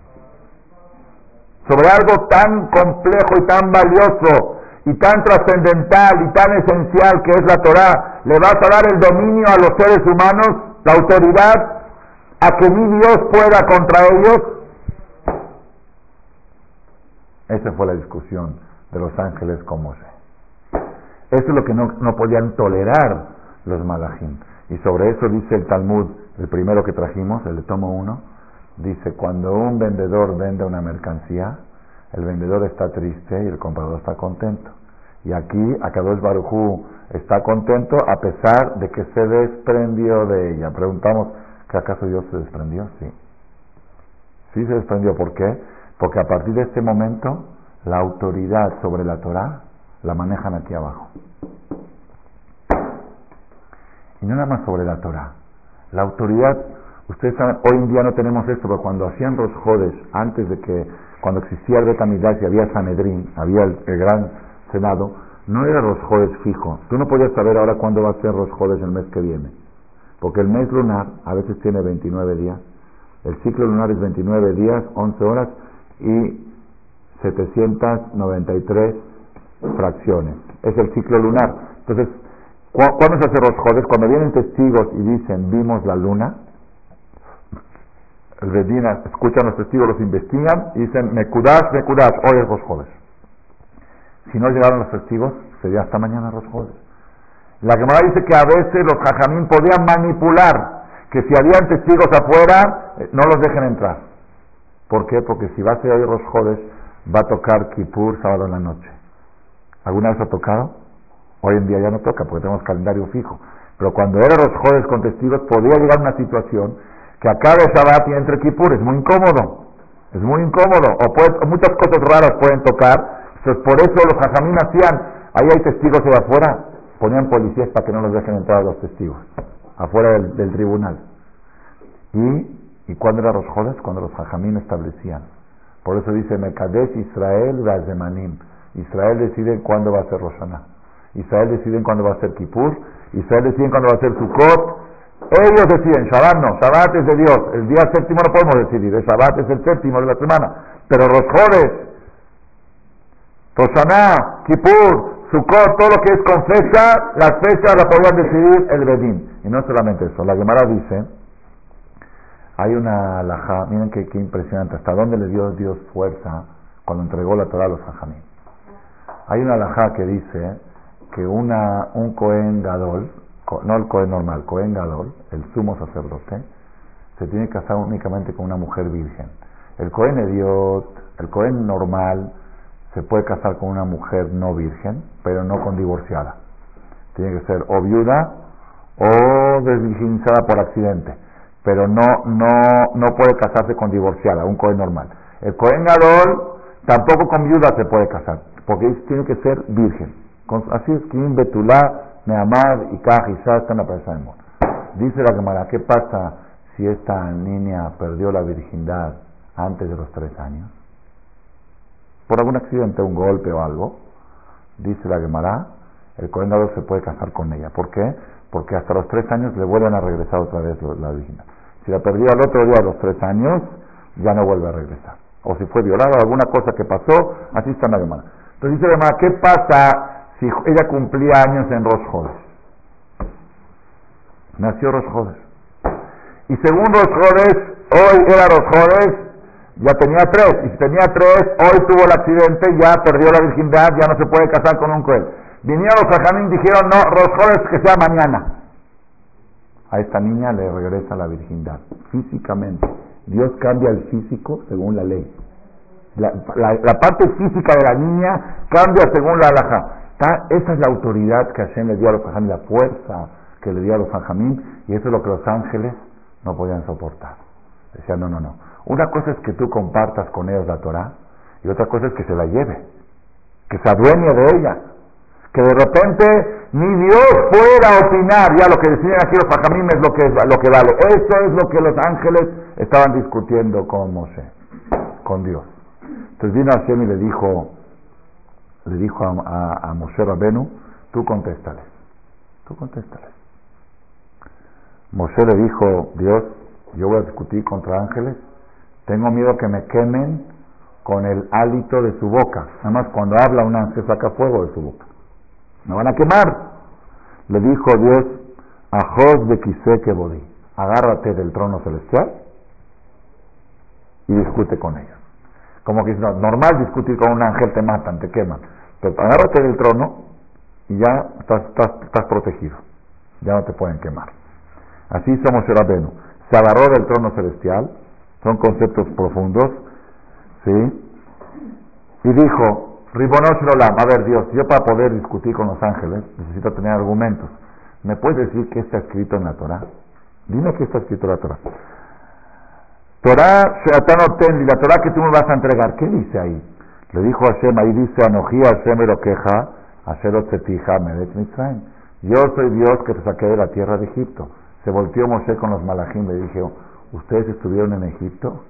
sobre algo tan complejo y tan valioso y tan trascendental y tan esencial que es la Torah. Le vas a dar el dominio a los seres humanos, la autoridad, a que ni Dios pueda contra ellos. Esa fue la discusión de los ángeles con Moshe. Eso es lo que no, no podían tolerar los malajim. Y sobre eso dice el Talmud, el primero que trajimos, el de tomo uno, dice, cuando un vendedor vende una mercancía, el vendedor está triste y el comprador está contento. Y aquí, Akadosh Baruj Hu está contento a pesar de que se desprendió de ella. Preguntamos, ¿que acaso Dios se desprendió? Sí. Sí se desprendió. ¿Por qué? Porque a partir de este momento, la autoridad sobre la Torah la manejan aquí abajo. Y no nada más sobre la Torah. La autoridad, ustedes saben, hoy en día no tenemos esto, pero cuando hacían Rosh Hodesh, antes de que, cuando existía el Bet Hamidrash y había Sanedrín, había el, el gran Senado, no era Rosh Hodesh fijo. Tú no podías saber ahora cuándo va a ser Rosh Hodesh el mes que viene. Porque el mes lunar a veces tiene veintinueve días. El ciclo lunar es veintinueve días, once horas y setecientas noventa y tres fracciones. Es el ciclo lunar. Entonces, ¿cuándo se hace Rosh Hodesh? Cuando vienen testigos y dicen, vimos la luna, el Bedina escuchan los testigos, los investigan y dicen, Mekudash, Mekudash, hoy es Rosh Hodesh. Si no llegaron los testigos, sería hasta mañana Rosh Hodesh. La Gemara dice que a veces los Jajamín podían manipular, que si habían testigos afuera, no los dejen entrar. ¿Por qué? Porque si va a ser hoy Rosh Hodesh, va a tocar Kippur sábado en la noche. ¿Alguna vez ha tocado? Hoy en día ya no toca porque tenemos calendario fijo. Pero cuando era Rosh Hodesh con testigos, podía llegar una situación que acabe Shabbat y entre Kippur. Es muy incómodo. Es muy incómodo. O, puede, o muchas cosas raras pueden tocar. Entonces, por eso los Jajamín hacían, ahí hay testigos de afuera, ponían policías para que no los dejen entrar a los testigos, afuera del, del tribunal. Y, ¿y cuándo era Rosh Hodesh? Cuando los Jajamín establecían. Por eso dice, Mekadesh Israel Vazemanim. Israel decide cuándo va a ser Rosh Hashanah. Israel decide cuándo va a ser Kippur. Israel decide cuándo va a ser Sukkot. Ellos deciden, Shabbat no, Shabbat es de Dios. El día séptimo no podemos decidir, el Shabbat es el séptimo de la semana. Pero Rosh Hodesh, Rosh Hashanah, Kippur, Sukkot, todo lo que es con fecha, las fechas las podían decidir el Bedín. Y no solamente eso, la Gemara dice, hay una halajá, miren qué, qué impresionante, hasta dónde le dio Dios fuerza cuando entregó la Torah a los Jajamín. Hay una halajá que dice que una, un Cohen Gadol, no el Cohen normal, Cohen Gadol, el sumo sacerdote, se tiene que casar únicamente con una mujer virgen. El Cohen Ediot, el Cohen normal, se puede casar con una mujer no virgen, pero no con divorciada. Tiene que ser o viuda o desvirginizada por accidente, pero no no no puede casarse con divorciada, un Cohen normal. El Cohen Gadol tampoco con viuda se puede casar, porque tiene que ser virgen. Así es, Kim Betulá, Mehamad y Kaj y Shah están en la presa de Mor. Dice la Gemara, ¿qué pasa si esta niña perdió la virginidad antes de los tres años? Por algún accidente, un golpe o algo. Dice la Gemara, el Cohen Gadol se puede casar con ella. ¿Por qué? Porque hasta los tres años le vuelven a regresar otra vez la virginidad. Si la perdió al otro día a los tres años, ya no vuelve a regresar. O si fue violada o alguna cosa que pasó, así está en la Gemara. Entonces dice la Gemara, ¿qué pasa si ella cumplía años en Rosh Hodesh? Nació Rosh Hodesh. Y según Rosh Hodesh, hoy era Rosh Hodesh, ya tenía tres. Y si tenía tres, hoy tuvo el accidente, ya perdió la virginidad, ya no se puede casar con un Cohen. Vinieron los Jajamín y dijeron, no, Rosh Hodesh que sea mañana. A esta niña le regresa la virginidad, físicamente. Dios cambia el físico según la ley. La, la, la parte física de la niña cambia según la halajá. Esa es la autoridad que Hashem le dio a los Jajamín, la fuerza que le dio a los Jajamín, y eso es lo que los ángeles no podían soportar. Decían, no, no, no. Una cosa es que tú compartas con ellos la Torah, y otra cosa es que se la lleve, que se adueñe de ella, que de repente ni Dios fuera a opinar, ya lo que decían aquí los Jajamín es lo que, es, lo que vale. Eso es lo que los ángeles estaban discutiendo con Moshe, con Dios. Entonces vino Hashem y le dijo, le dijo a, a, a Moshe Rabenu, tú contéstales, tú contéstales. Moshe le dijo, Dios, yo voy a discutir contra ángeles, tengo miedo que me quemen con el hálito de su boca. Nada más cuando habla un ángel saca fuego de su boca. Me van a quemar. Le dijo Dios, Ajos de Kisé que bodí, agárrate del trono celestial y discute con ellos. Como que es normal discutir con un ángel, te matan, te queman. Pero agárrate del trono y ya estás, estás, estás protegido. Ya no te pueden quemar. Así somos el Rabenu. Se agarró del trono celestial, son conceptos profundos, ¿sí? Y dijo, Ribono Shel Olam, a ver Dios, yo para poder discutir con los ángeles necesito tener argumentos. ¿Me puedes decir qué está escrito en la Torah? Dime qué está escrito en la Torah. Torah Sheatanoten, y la Torah que tú me vas a entregar, ¿qué dice ahí? Le dijo Hashem, ahí dice Anoji Hashem Elokeja, Asher Otzetija Meretz Mitzrayim. Yo soy Dios que te saqué de la tierra de Egipto. Se volteó Moshe con los malajim, le dije, ¿ustedes estuvieron en Egipto?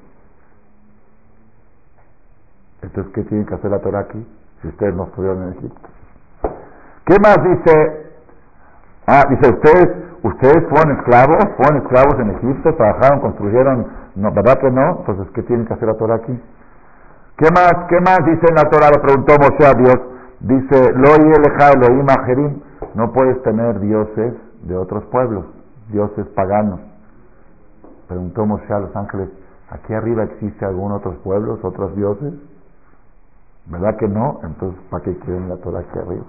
Entonces, ¿qué tienen que hacer la Torah aquí? Si ustedes no estuvieron en Egipto. ¿Qué más dice? Ah, dice, ustedes, ustedes fueron esclavos, fueron esclavos en Egipto, trabajaron, construyeron, no, ¿verdad que no? Entonces, ¿qué tienen que hacer la Torah aquí? ¿Qué más, qué más dice en la Torah? Le preguntó Moshe a Dios. Dice, Lo yeleja Elohim ajerim, no puedes tener dioses de otros pueblos, dioses paganos. Preguntó Moshe a los ángeles, ¿aquí arriba existe algún otros pueblos, otros dioses? ¿Verdad que no? Entonces, ¿para qué quieren la Torah aquí arriba?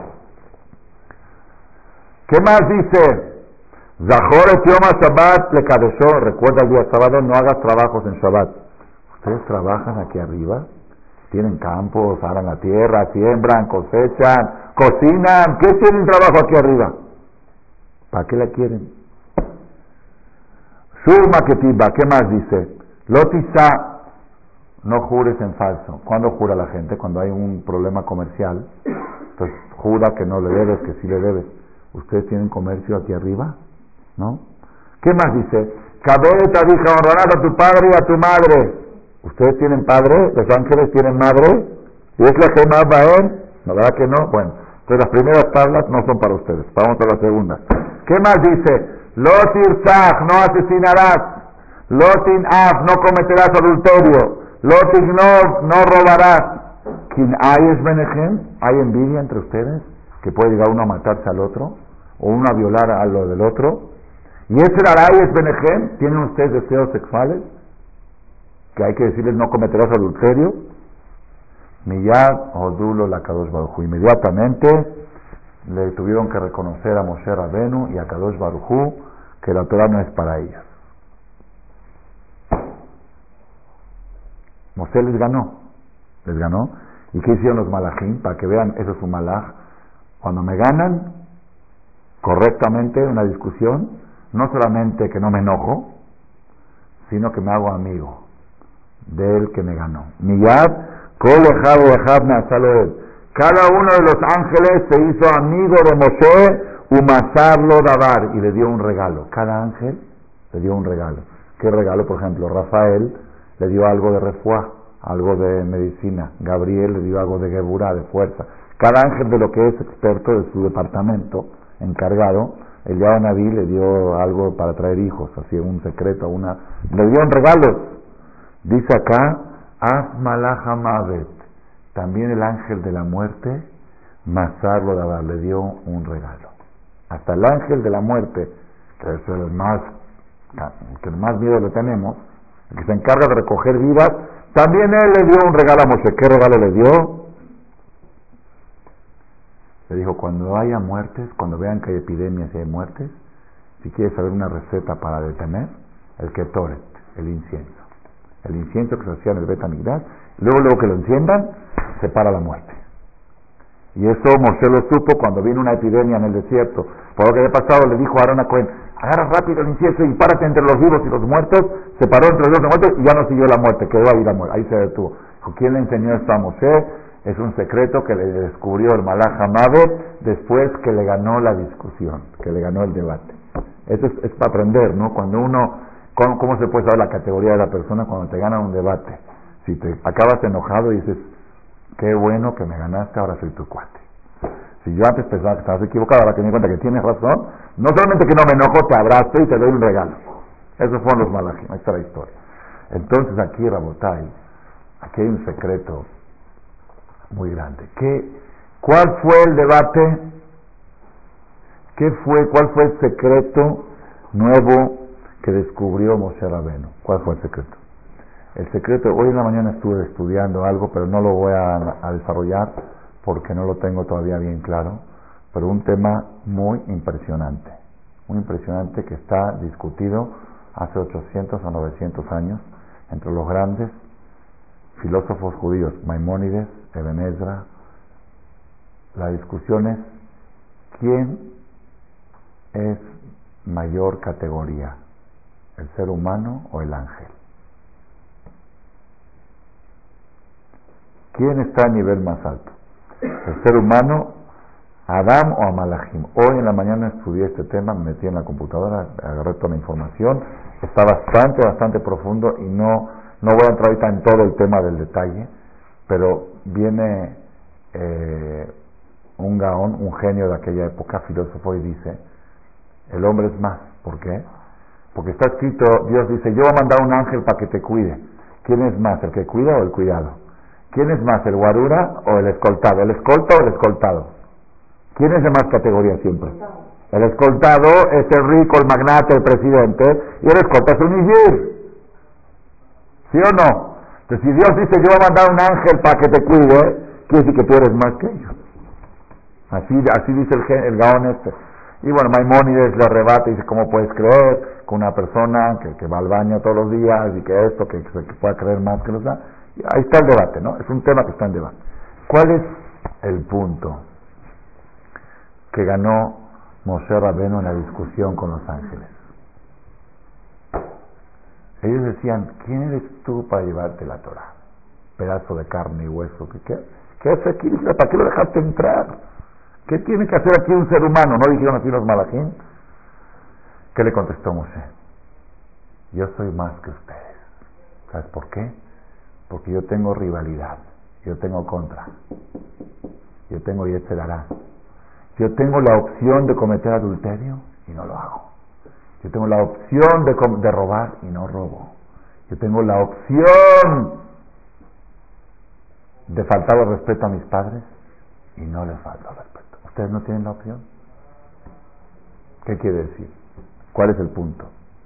¿Qué más dice? Zahor et Yom HaShabbat le kadeshó, recuerda el día sábado, no hagas trabajos en Shabbat. ¿Ustedes trabajan aquí arriba? Tienen campos, aran la tierra, siembran, cosechan, cocinan. ¿Qué tienen trabajo aquí arriba? ¿Para qué la quieren? Shurma Ketiba, ¿qué más dice? Lotisa, no jures en falso. ¿Cuándo jura la gente? Cuando hay un problema comercial. Entonces jura que no le debes, que sí le debes. ¿Ustedes tienen comercio aquí arriba? ¿No? ¿Qué más dice? Kabet abija, honrarás a tu padre y a tu madre. ¿Ustedes tienen padre? ¿Los ángeles tienen madre? ¿Y es la que más va a él? ¿No, verdad que no? Bueno, entonces las primeras tablas no son para ustedes. Vamos a la segunda. ¿Qué más dice? Lotir sach, no asesinarás. Lotin af, no cometerás adulterio. Lotin no, no robarás. ¿Quién hay es benejem? ¿Hay envidia entre ustedes? Que puede llegar uno a matarse al otro, o uno a violar a lo del otro. ¿Y ese aray es benejem? ¿Tienen ustedes deseos sexuales? Que hay que decirles no cometerás adulterio. Miyad odulo la Kadosh Baruj Hu. Inmediatamente le tuvieron que reconocer a Moshe Rabenu y a Kadosh Baruj Hu que la Torah no es para ellos. Moshe les ganó, les ganó. ¿Y qué hicieron los malajim? Para que vean, eso es un malaj. Cuando me ganan correctamente una discusión, no solamente que no me enojo, sino que me hago amigo del que me ganó. Miyad, kol echad ve'echad me'asalo él. Cada uno de los ángeles se hizo amigo de Moshe, umasarlo davar, y le dio un regalo. Cada ángel le dio un regalo. ¿Qué regalo? Por ejemplo, Rafael le dio algo de refuá, algo de medicina. Gabriel le dio algo de geburá, de fuerza. Cada ángel de lo que es experto de su departamento, encargado. Eliyahu Naví le dio algo para traer hijos, así un secreto, una, le dieron regalos. Dice acá, Az Malach Mavet, también el ángel de la muerte, Masar lo daba, le dio un regalo. Hasta el ángel de la muerte, que es el más, que más miedo le tenemos, el que se encarga de recoger vidas, también él le dio un regalo a Moshe. ¿Qué regalo le dio? Le dijo, cuando haya muertes, cuando vean que hay epidemias y hay muertes, si quieres saber una receta para detener, el ketoret, el incienso. El incienso que se hacía en el Bet Hamikdash, luego luego que lo enciendan, se para la muerte. Y eso Moshe lo supo cuando vino una epidemia en el desierto. Por lo que había pasado, le dijo a Aarón a Cohen, agarra rápido el incienso y párate entre los vivos y los muertos. Se paró entre los dos muertos y ya no siguió la muerte, quedó ahí la muerte, ahí se detuvo. Dijo, ¿quién le enseñó esto a Moshe? Es un secreto que le descubrió el Malach Hamavet después que le ganó la discusión, que le ganó el debate. Eso es, es para aprender, ¿no? Cuando uno, ¿cómo, ¿cómo se puede saber la categoría de la persona cuando te gana un debate? Si te acabas enojado y dices, qué bueno que me ganaste, ahora soy tu cuate. Si yo antes pensaba que estabas equivocado, ahora que me di cuenta que tienes razón, no solamente que no me enojo, te abrazo y te doy un regalo. Esos fueron los malajim, ahí está la historia. Entonces aquí, Rabotai, aquí hay un secreto muy grande. ¿Qué, ¿Cuál fue el debate? ¿Qué fue, cuál fue el secreto nuevo que descubrió Moshe Rabenu? ¿Cuál fue el secreto? El secreto, hoy en la mañana estuve estudiando algo, pero no lo voy a, a desarrollar porque no lo tengo todavía bien claro, pero un tema muy impresionante, muy impresionante que está discutido hace ochocientos o novecientos años entre los grandes filósofos judíos, Maimónides, Eben Ezra. La discusión es, ¿quién es mayor categoría? ¿El ser humano o el ángel? ¿Quién está a nivel más alto? ¿El ser humano ¿A Adam o a Malachim? Hoy en la mañana estudié este tema, me metí en la computadora, agarré toda la información, está bastante, bastante profundo y no, no voy a entrar ahorita en todo el tema del detalle, pero viene eh, un gaón, un genio de aquella época, filósofo, y dice, el hombre es más. ¿Por qué? Porque está escrito, Dios dice, yo voy a mandar un ángel para que te cuide. ¿Quién es más, el que cuida o el cuidado? ¿Quién es más, el guarura o el escoltado? ¿El escolta o el escoltado? ¿Quién es de más categoría siempre? El escoltado es el rico, el magnate, el presidente, y el escolta es un igir. ¿Sí o no? Entonces, si Dios dice, yo voy a mandar un ángel para que te cuide, quiere decir que tú eres más que ellos. Así, así dice el, el gaón este. Y bueno, Maimónides le arrebata y dice, ¿cómo puedes creer que una persona que, que va al baño todos los días y que esto, que, que pueda creer más que los demás? Ahí está el debate, ¿no? Es un tema que está en debate. ¿Cuál es el punto que ganó Moshe Rabbeinu en la discusión con los ángeles? Ellos decían, ¿quién eres tú para llevarte la Torah? Pedazo de carne y hueso. ¿Qué, qué, qué hace aquí? ¿Para qué lo dejaste entrar? ¿Qué tiene que hacer aquí un ser humano? ¿No dijeron así los malachim? ¿Qué le contestó Moshe? Yo soy más que ustedes. ¿Sabes por qué? Porque yo tengo rivalidad, yo tengo contra, yo tengo yetzer hará, yo tengo la opción de cometer adulterio y no lo hago, yo tengo la opción de, de robar y no robo, yo tengo la opción de faltar al respeto a mis padres y no les falto al respeto. ¿Ustedes no tienen la opción? ¿Qué quiere decir? ¿Cuál es el punto?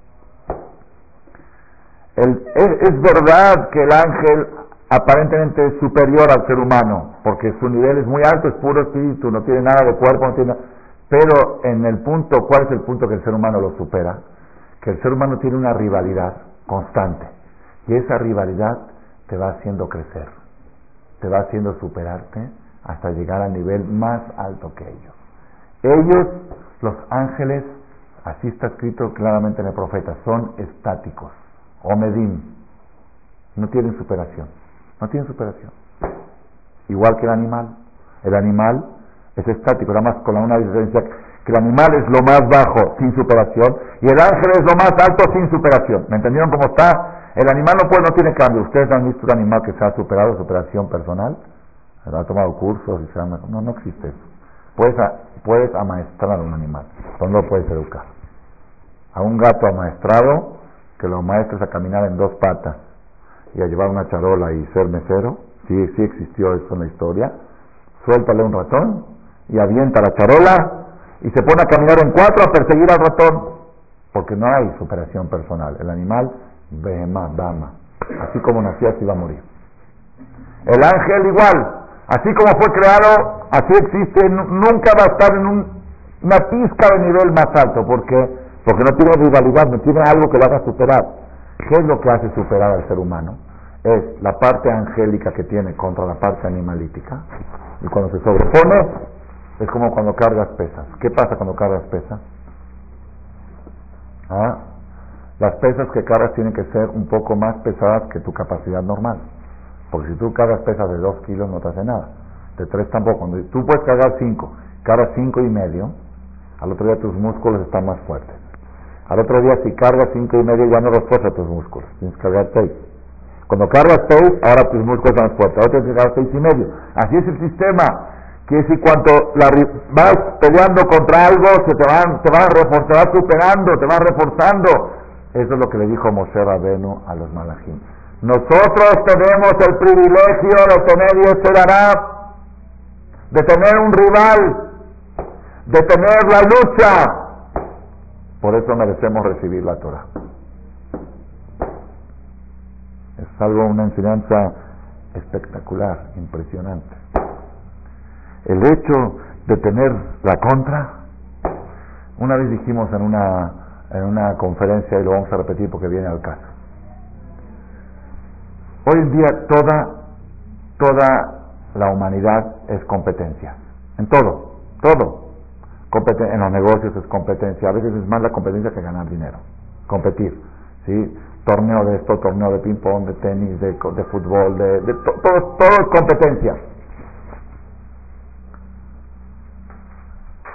El, es, es verdad que el ángel aparentemente es superior al ser humano, porque su nivel es muy alto, es puro espíritu, no tiene nada de cuerpo, no tiene nada, pero en el punto, ¿cuál es el punto que el ser humano lo supera? Que el ser humano tiene una rivalidad constante, y esa rivalidad te va haciendo crecer, te va haciendo superarte hasta llegar al nivel más alto que ellos. Ellos, los ángeles, así está escrito claramente en el profeta, son estáticos. Omedim, no tienen superación, no tienen superación. Igual que el animal, el animal es estático, nada más con una diferencia, que el animal es lo más bajo sin superación y el ángel es lo más alto sin superación. ¿Me entendieron cómo está? El animal no puede, no tiene cambio. ¿Ustedes han visto un animal que se ha superado, superación personal? ¿Ha tomado cursos y se ha mejorado? No, no existe eso. Puedes, a, puedes amaestrar a un animal, pero no lo puedes educar. A un gato amaestrado, que lo maestres a caminar en dos patas y a llevar una charola y ser mesero, sí, sí existió eso en la historia, suéltale un ratón y avienta la charola y se pone a caminar en cuatro a perseguir al ratón, porque no hay superación personal. El animal, behemá, dama, así como nació así va a morir. El ángel igual, así como fue creado, así existe, nunca va a estar en un, una pizca de nivel más alto, porque porque no tiene rivalidad, no tiene algo que lo haga superar. ¿Qué es lo que hace superar al ser humano? Es la parte angélica que tiene contra la parte animalítica, y cuando se sobrepone es como cuando cargas pesas. ¿Qué pasa cuando cargas pesas? ¿Ah? Las pesas que cargas tienen que ser un poco más pesadas que tu capacidad normal, porque si tú cargas pesas de dos kilos no te hace nada, de tres tampoco. Tú puedes cargar cinco, cargas cinco y medio, al otro día tus músculos están más fuertes. Al otro día, si cargas cinco y medio, ya no refuerza tus músculos. Tienes que cargar seis. Cuando cargas seis, ahora tus músculos están más fuertes. Ahora tienes que cargar seis y medio. Así es el sistema. Que si cuando la, vas peleando contra algo, se te van, te van reforzando, te vas superando, te vas reforzando. Eso es lo que le dijo Moshe Rabbeinu a los malachim. Nosotros tenemos el privilegio de tener yetzer hará, de tener un rival, de tener la lucha. Por eso merecemos recibir la Torah. Es algo, una enseñanza espectacular, impresionante. El hecho de tener la contra, una vez dijimos en una, en una conferencia, y lo vamos a repetir porque viene al caso. Hoy en día toda, toda la humanidad es competencia. En todo, todo. Competen- en los negocios es competencia, a veces es más la competencia que ganar dinero, competir, ¿sí? Torneo de esto, torneo de ping pong, de tenis, de, de fútbol, de, de to, todo, todo es competencia.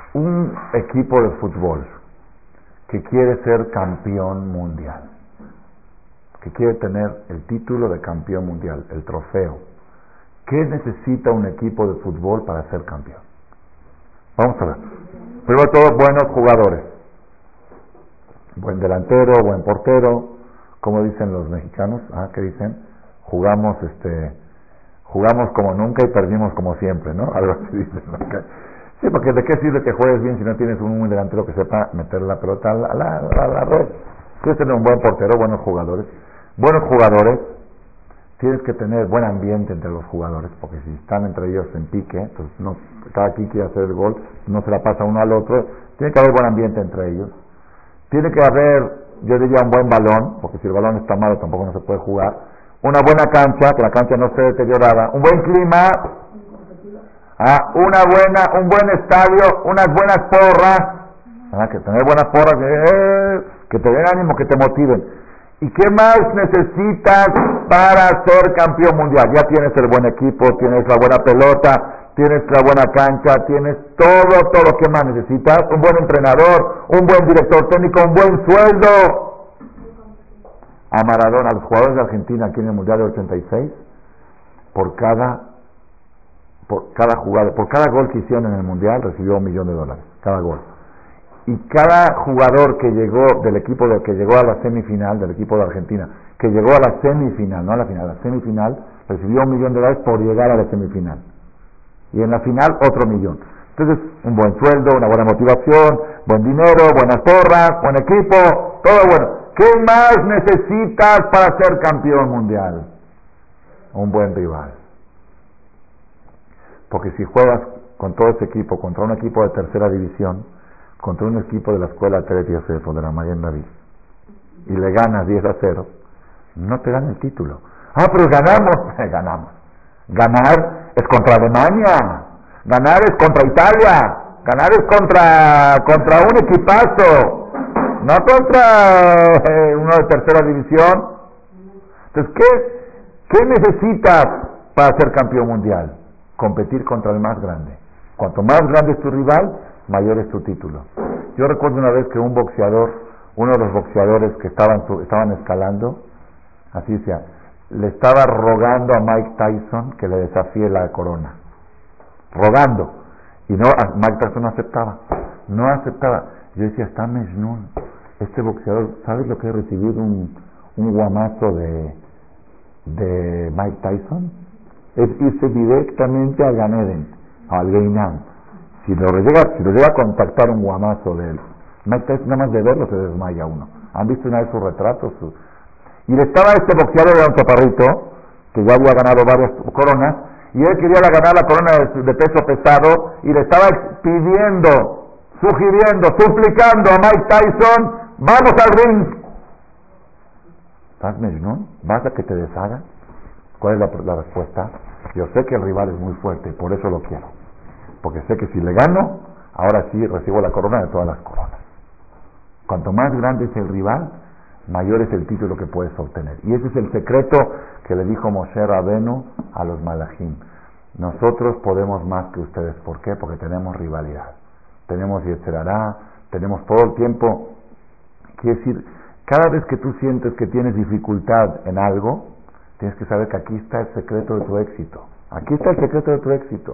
Un equipo de fútbol que quiere ser campeón mundial, que quiere tener el título de campeón mundial, el trofeo. ¿Qué necesita un equipo de fútbol para ser campeón? Vamos a ver. Primero de todo, buenos jugadores. Buen delantero, buen portero. Como dicen los mexicanos, ¿ah? ¿Qué dicen? Jugamos, este, jugamos como nunca y perdimos como siempre, ¿no? Algo así dicen, ¿no? Sí, porque ¿de qué sirve que juegues bien si no tienes un, un delantero que sepa meter la pelota a la, a la, a la red? Tienes que tener un buen portero, buenos jugadores. Buenos jugadores, tienes que tener buen ambiente entre los jugadores, porque si están entre ellos en pique, pues no, cada quien quiere hacer el gol, no se la pasa uno al otro. Tiene que haber buen ambiente entre ellos. Tiene que haber, yo diría, un buen balón, porque si el balón está malo tampoco no se puede jugar. Una buena cancha, que la cancha no esté deteriorada. Un buen clima. Ah, una buena, un buen estadio, unas buenas porras, ah, que tener buenas porras, eh, que te den ánimo, que te motiven. ¿Y qué más necesitas para ser campeón mundial? Ya tienes el buen equipo, tienes la buena pelota, tienes la buena cancha, tienes todo, todo. ¿Qué más necesitas? Un buen entrenador, un buen director técnico, un buen sueldo. A Maradona, a los jugadores de Argentina aquí en el Mundial del ochenta y seis, por cada por cada jugada, por cada gol que hicieron en el Mundial recibió un millón de dólares, cada gol. Y cada jugador que llegó del equipo de, que llegó a la semifinal, del equipo de Argentina, que llegó a la semifinal, no a la final, a la semifinal, recibió un millón de dólares por llegar a la semifinal. Y en la final otro millón. Entonces, un buen sueldo, una buena motivación, buen dinero, buenas porras, buen equipo, todo bueno. ¿Qué más necesitas para ser campeón mundial? Un buen rival. Porque si juegas con todo ese equipo, contra un equipo de tercera división, contra un equipo de la escuela Teret Yosef o de la Mayen David, y le ganas diez a cero, no te dan el título. Ah, pero ganamos. ganamos. Ganar es contra Alemania, ganar es contra Italia, ganar es contra, contra un equipazo, no contra eh, uno de tercera división. Entonces, ¿qué, qué necesitas para ser campeón mundial? Competir contra el más grande. Cuanto más grande es tu rival, mayor es tu título. Yo recuerdo una vez que un boxeador, uno de los boxeadores que estaban, estaban escalando, así decía, le estaba rogando a Mike Tyson que le desafíe la corona. Rogando. Y no, Mike Tyson no aceptaba. No aceptaba. Yo decía, está Mejnun. Este boxeador, ¿sabes lo que he recibido? Un, un guamazo de, de Mike Tyson. Es irse directamente a Gan Eden, al Geinam. Si lo llega, si lo llega a contactar un guamazo de él, Mike Tyson, nada más de verlo se desmaya uno. ¿Han visto una vez sus retratos? Su... Y le estaba este boxeador de un chaparrito, que ya había ganado varias coronas, y él quería ganar la corona de, de peso pesado, y le estaba pidiendo, sugiriendo, suplicando a Mike Tyson, vamos al ring. ¿Estás Mejnun? ¿Vas a que te deshaga? ¿Cuál es la, la respuesta? Yo sé que el rival es muy fuerte y por eso lo quiero. Porque sé que si le gano, ahora sí recibo la corona de todas las coronas. Cuanto más grande es el rival, mayor es el título que puedes obtener. Y ese es el secreto que le dijo Moshe Rabenu a los Malachim. Nosotros podemos más que ustedes. ¿Por qué? Porque tenemos rivalidad. Tenemos Yetzer Hará, tenemos todo el tiempo. Quiere decir, cada vez que tú sientes que tienes dificultad en algo, tienes que saber que aquí está el secreto de tu éxito. Aquí está el secreto de tu éxito.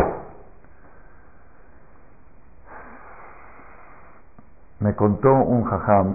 Me contó un jajam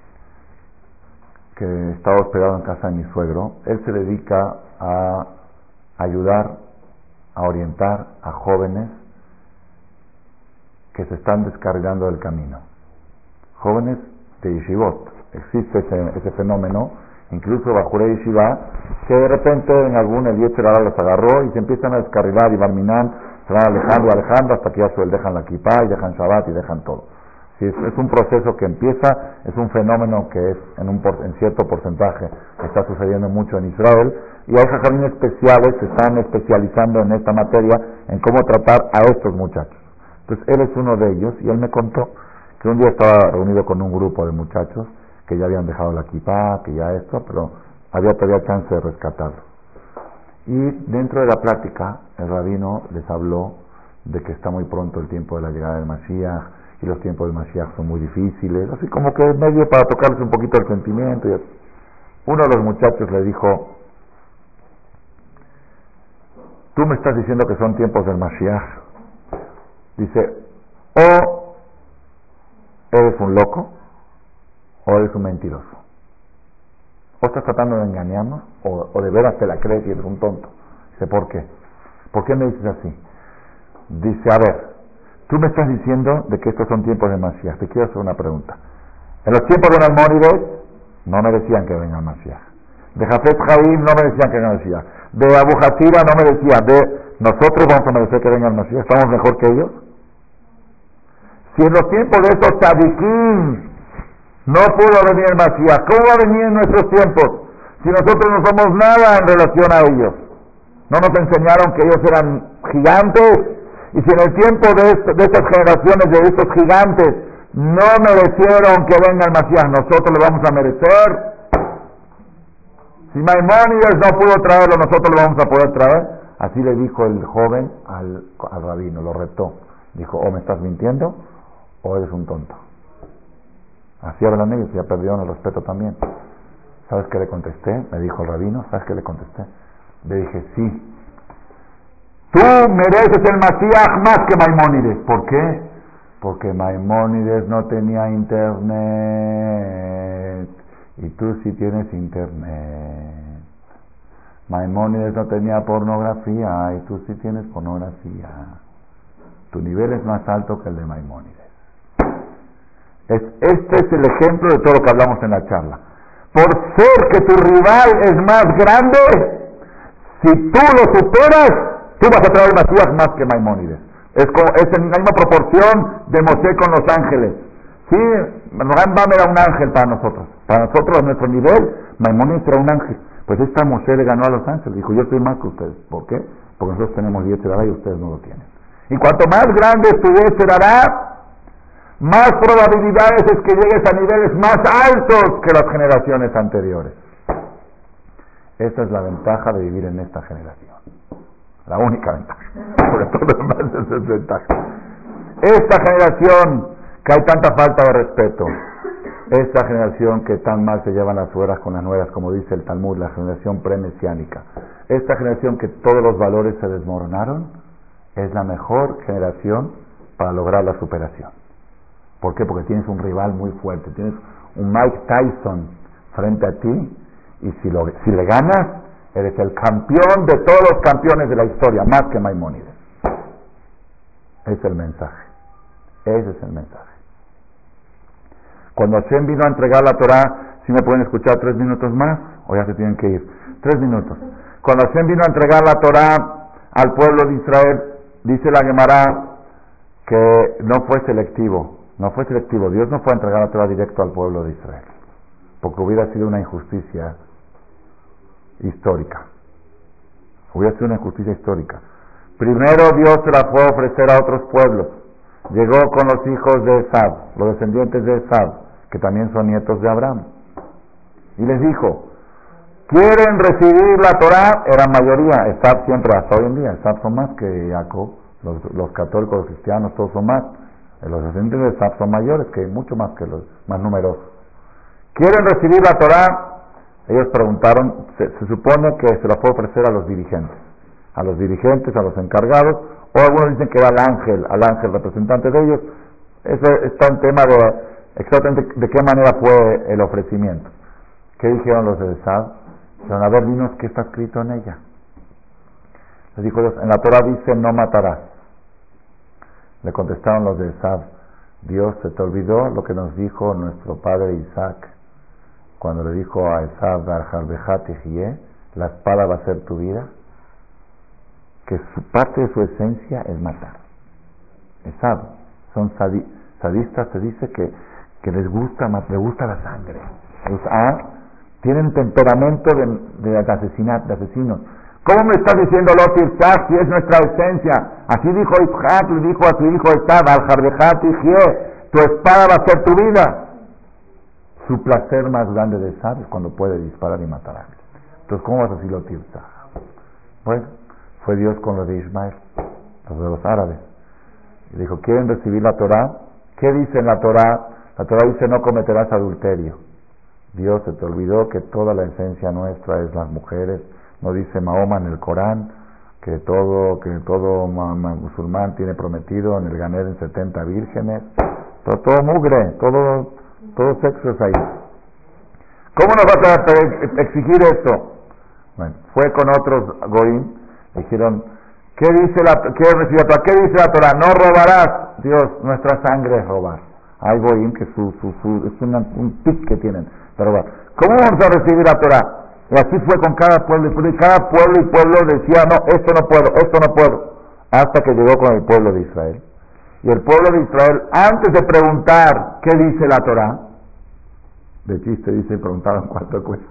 que estaba hospedado en casa de mi suegro. Él se dedica a ayudar, a orientar a jóvenes que se están descarrilando del camino. Jóvenes de yeshivot. Existe ese, ese fenómeno, incluso bajurei yeshiva, que de repente en algún el Yetzer Hará los agarró y se empiezan a descarrilar y barminan, se van alejando, alejando hasta que ya suel, dejan la kippah y dejan Shabbat y dejan todo. Si es, es un proceso que empieza, es un fenómeno que es en un por, en cierto porcentaje está sucediendo mucho en Israel, y hay jajamim especiales que están especializando en esta materia, en cómo tratar a estos muchachos. Entonces él es uno de ellos, y él me contó que un día estaba reunido con un grupo de muchachos que ya habían dejado la kippah, que ya esto, pero había todavía chance de rescatarlo. Y dentro de la plática, el rabino les habló de que está muy pronto el tiempo de la llegada del Mashiach, y los tiempos del Mashiach son muy difíciles, así como que medio para tocarles un poquito el sentimiento. Y así. Uno de los muchachos le dijo, tú me estás diciendo que son tiempos del Mashiach. Dice, o eres un loco, o eres un mentiroso. O estás tratando de engañarnos, o, o de veras te la crees y eres un tonto. Dice, ¿por qué? ¿Por qué me dices así? Dice, a ver, tú me estás diciendo de que estos son tiempos de Mashiach. Te quiero hacer una pregunta. En los tiempos de Maimónides no me decían que venga el Mashiach. De Jafet Jaim no me decían que venga el Mashiach. De Abu Hatira no me decían. De nosotros vamos a merecer que venga el Mashiach. ¿Estamos mejor que ellos? Si en los tiempos de estos tzadikim no pudo venir el Mashiach, ¿cómo va a venir en nuestros tiempos? Si nosotros no somos nada en relación a ellos. ¿No nos enseñaron que ellos eran gigantes? Y si en el tiempo de, esto, de estas generaciones, de estos gigantes, no merecieron que venga el Mashiach, nosotros lo vamos a merecer. Si Maimónides no pudo traerlo, nosotros lo vamos a poder traer. Así le dijo el joven al, al rabino, lo retó. Dijo, o me estás mintiendo, o eres un tonto. Así hablan ellos, ya perdieron el respeto también. ¿Sabes qué le contesté? Me dijo el rabino, ¿sabes qué le contesté? Le dije, sí. Tú mereces el Mashiach más que Maimónides. ¿Por qué? Porque Maimónides no tenía internet. Y tú sí tienes internet. Maimónides no tenía pornografía. Y tú sí tienes pornografía. Tu nivel es más alto que el de Maimónides. Es, este es el ejemplo de todo lo que hablamos en la charla. Por ser que tu rival es más grande, si tú lo superas, tú vas a traer el Mashiach más que Maimónides. Es, como, es en la misma proporción de Moshe con los ángeles. Sí, Rambam era un ángel para nosotros. Para nosotros, a nuestro nivel, Maimónides era un ángel. Pues esta Moshe le ganó a los ángeles. Dijo, yo soy más que ustedes. ¿Por qué? Porque nosotros tenemos Yetzer Hará y ustedes no lo tienen. Y cuanto más grande es tu Yetzer Hará, más probabilidades es que llegues a niveles más altos que las generaciones anteriores. Esa es la ventaja de vivir en esta generación. La única ventaja. Sobre todo lo demás es desventaja. Esta generación que hay tanta falta de respeto, esta generación que tan mal se llevan las sueras con las nuevas, como dice el Talmud, la generación pre-mesiánica, esta generación que todos los valores se desmoronaron, es la mejor generación para lograr la superación. ¿Por qué? Porque tienes un rival muy fuerte, tienes un Mike Tyson frente a ti, y si, lo, si le ganas, eres el campeón de todos los campeones de la historia, más que Maimónides. Ese es el mensaje. Ese es el mensaje. Cuando Hashem vino a entregar la Torah, ¿sí me pueden escuchar tres minutos más? ¿O ya se tienen que ir? Tres minutos. Cuando Hashem vino a entregar la Torah al pueblo de Israel, dice la Gemara que no fue selectivo. No fue selectivo. Dios no fue a entregar la Torah directo al pueblo de Israel, porque hubiera sido una injusticia histórica. Hubiera sido una injusticia histórica. Primero Dios se la fue a ofrecer a otros pueblos. Llegó con los hijos de Esab, los descendientes de Esab, que también son nietos de Abraham. Y les dijo, ¿quieren recibir la Torah? Eran mayoría. Esab siempre, hasta hoy en día, Esab son más que Jacob. Los, los católicos, los cristianos, todos son más. Los descendientes de Esab son mayores, que mucho más que los más numerosos. ¿Quieren recibir la Torah? Ellos preguntaron, se, se supone que se la fue a ofrecer a los dirigentes, a los dirigentes, a los encargados, o algunos dicen que era al ángel, al ángel representante de ellos. Eso está en tema de exactamente de qué manera fue el ofrecimiento. ¿Qué dijeron los de Esab? Dijeron, a ver, dinos qué está escrito en ella. Les dijo Dios, en la Torah dice, no matarás. Le contestaron los de Esab, Dios, se te olvidó lo que nos dijo nuestro padre Isaac, cuando le dijo a Esab, la espada va a ser tu vida, que su parte de su esencia es matar. Esab, son sadi, sadistas, se dice que, que les gusta, les gusta la sangre. Los, ah, tienen temperamento de, de, de asesinato, de asesinos. ¿Cómo me estás diciendo Lot Yitzhak si es nuestra esencia? Así dijo Yitzhak, le dijo a su hijo Esab, al Jarbejat Yihye, tu espada va a ser tu vida. Su placer más grande de Esab es cuando puede disparar y matar a alguien. Entonces, ¿cómo vas a decir Lot Yitzhak? Bueno, fue Dios con los de Ismael, los de los árabes. Y dijo, ¿quieren recibir la Torah? ¿Qué dice en la Torah? La Torah dice, no cometerás adulterio. Dios, se te olvidó que toda la esencia nuestra es las mujeres. No dice Mahoma en el Corán que todo que todo musulmán tiene prometido en el Ganed en setenta vírgenes. Todo, todo mugre, todo, todo sexo es ahí. ¿Cómo nos vas a exigir esto? Bueno, fue con otros goim, le dijeron, ¿qué dice la, qué recibir la Torah? ¿Qué dice la Torah? No robarás. Dios, nuestra sangre es robar. Hay goim que su, su, su, es una, un tic que tienen de robar. ¿Cómo vamos a recibir la Torah? Y así fue con cada pueblo y pueblo, y cada pueblo y pueblo decía, no, esto no puedo, esto no puedo, hasta que llegó con el pueblo de Israel. Y el pueblo de Israel, antes de preguntar qué dice la Torah, de chiste dice, preguntaban cuánto cuesta.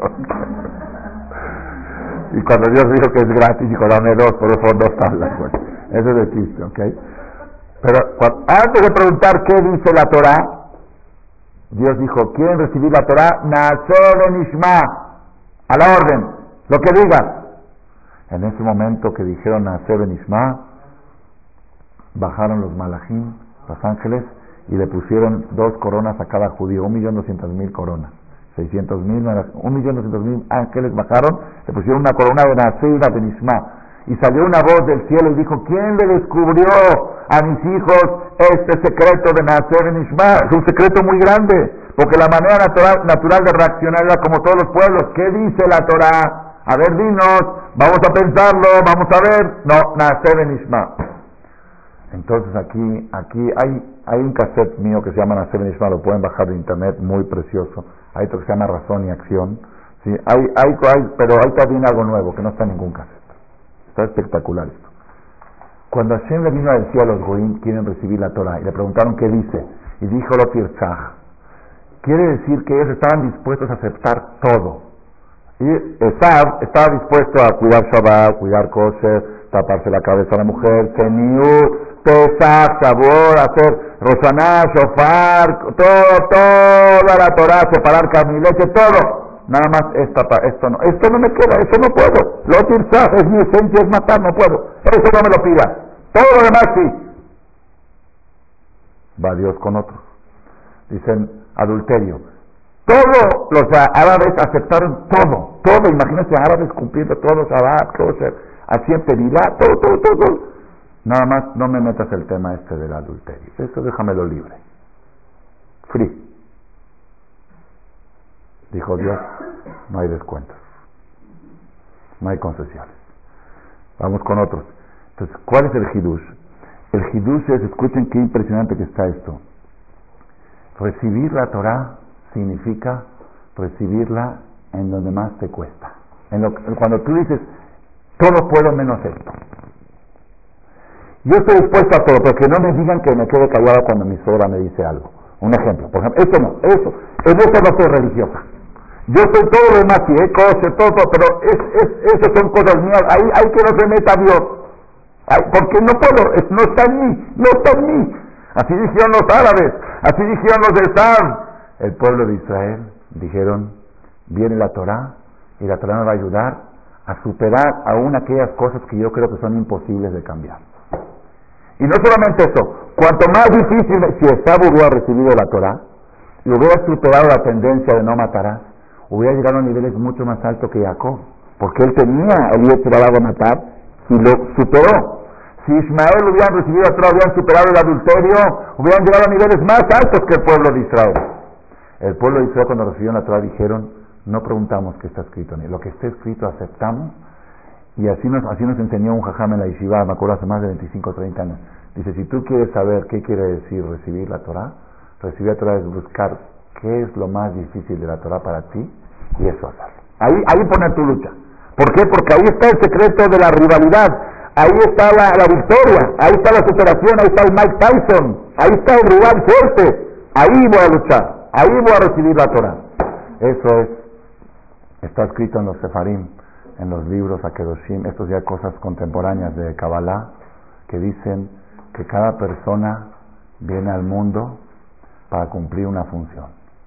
Y cuando Dios dijo que es gratis, dijo, dame dos, por eso dos tablas. Bueno, eso es de chiste, ¿ok? Pero cuando, antes de preguntar qué dice la Torah, Dios dijo, ¿quieren recibir la Torah? Naaseh benishma. A la orden, lo que digas. En ese momento que dijeron Naaseh benishma, bajaron los malachim, los ángeles, y le pusieron dos coronas a cada judío, un millón doscientos mil coronas, seiscientos mil, un millón doscientos mil ángeles bajaron, le pusieron una corona de Naaseh y una benishma, y salió una voz del cielo y dijo, ¿quién le descubrió a mis hijos este secreto de Naaseh benishma? Es un secreto muy grande, porque la manera natural, natural de reaccionar era como todos los pueblos. ¿Qué dice la Torah? A ver, dinos, vamos a pensarlo, vamos a ver. No, Naaseh benishma. Entonces aquí, aquí hay, hay un cassette mío que se llama Naaseh benishma, lo pueden bajar de internet, muy precioso. Hay otro que se llama Razón y Acción. ¿Sí? Hay, hay, hay, pero hay también algo nuevo que no está en ningún cassette. Está espectacular esto. Cuando Hashem le vino a decir a los goim, quieren recibir la Torah, y le preguntaron qué dice, y dijo lo tirzaj, quiere decir que ellos estaban dispuestos a aceptar todo. Y Esav estaba dispuesto a cuidar Shabbat, cuidar kosher, taparse la cabeza a la mujer, Seniut, Pesach, Sabor, hacer Rosaná, Shofar, todo, toda la Torah, separar carne y leche, todo. Nada más esta, esto no, esto no me queda, esto no puedo. Lo tirzaj, es mi esencia, es matar, no puedo. Eso no me lo pida. Todo lo demás sí. Va Dios con otros. Dicen adulterio. Todos los árabes aceptaron todo, todo. Imagínense árabes cumpliendo todos, Shabbat, kosher, haciendo tevilá, todo, todo, todo, todo. Nada más no me metas el tema este del adulterio. Eso déjamelo libre. Free. Dijo Dios, no hay descuentos, no hay concesiones. Vamos con otros. Entonces, ¿cuál es el hidush? El hidush es, escuchen qué impresionante que está esto. Recibir la Torah significa recibirla en donde más te cuesta. En lo, cuando tú dices, todo puedo menos esto. Yo estoy dispuesto a todo, pero que no me digan que me quede callado cuando mi suegra me dice algo. Un ejemplo, por ejemplo, esto no, eso, en eso no soy religiosa. Yo soy todo lo demás, sí, eh, cosas, todo, todo, pero es, es, eso son cosas mías, ahí hay que no se meta Dios. Ay, porque no puedo, es, no está en mí, no está en mí. Así dijeron los árabes, así dijeron los de Sam. El pueblo de Israel dijeron, viene la Torah, y la Torah me va a ayudar a superar aún aquellas cosas que yo creo que son imposibles de cambiar. Y no solamente eso, cuanto más difícil, si Esab hubiera recibido la Torah, y hubiera superado la tendencia de no matarás, hubiera llegado a niveles mucho más altos que Jacob, porque él tenía el Yetzirah de matar, y lo superó. Si Ismael hubieran recibido la Torah, hubieran superado el adulterio, hubieran llegado a niveles más altos que el pueblo de Israel. El pueblo de Israel, cuando recibieron la Torah, dijeron, no preguntamos qué está escrito, ni lo que está escrito aceptamos. Y así nos, así nos enseñó un jajam en la yeshiva, me acuerdo hace más de veinticinco o treinta años. Dice, si tú quieres saber qué quiere decir recibir la Torah, recibir la Torah es buscar qué es lo más difícil de la Torah para ti, y eso hacerlo. Ahí, ahí poner tu lucha. ¿Por qué? Porque ahí está el secreto de la rivalidad, ahí está la, la victoria, ahí está la superación, ahí está el Mike Tyson, ahí está el rival fuerte. Ahí voy a luchar, ahí voy a recibir la Torah. Eso es, está escrito en los Sefarim, en los libros Akedoshim, estos ya cosas contemporáneas de Kabbalah, que dicen que cada persona viene al mundo para cumplir una función.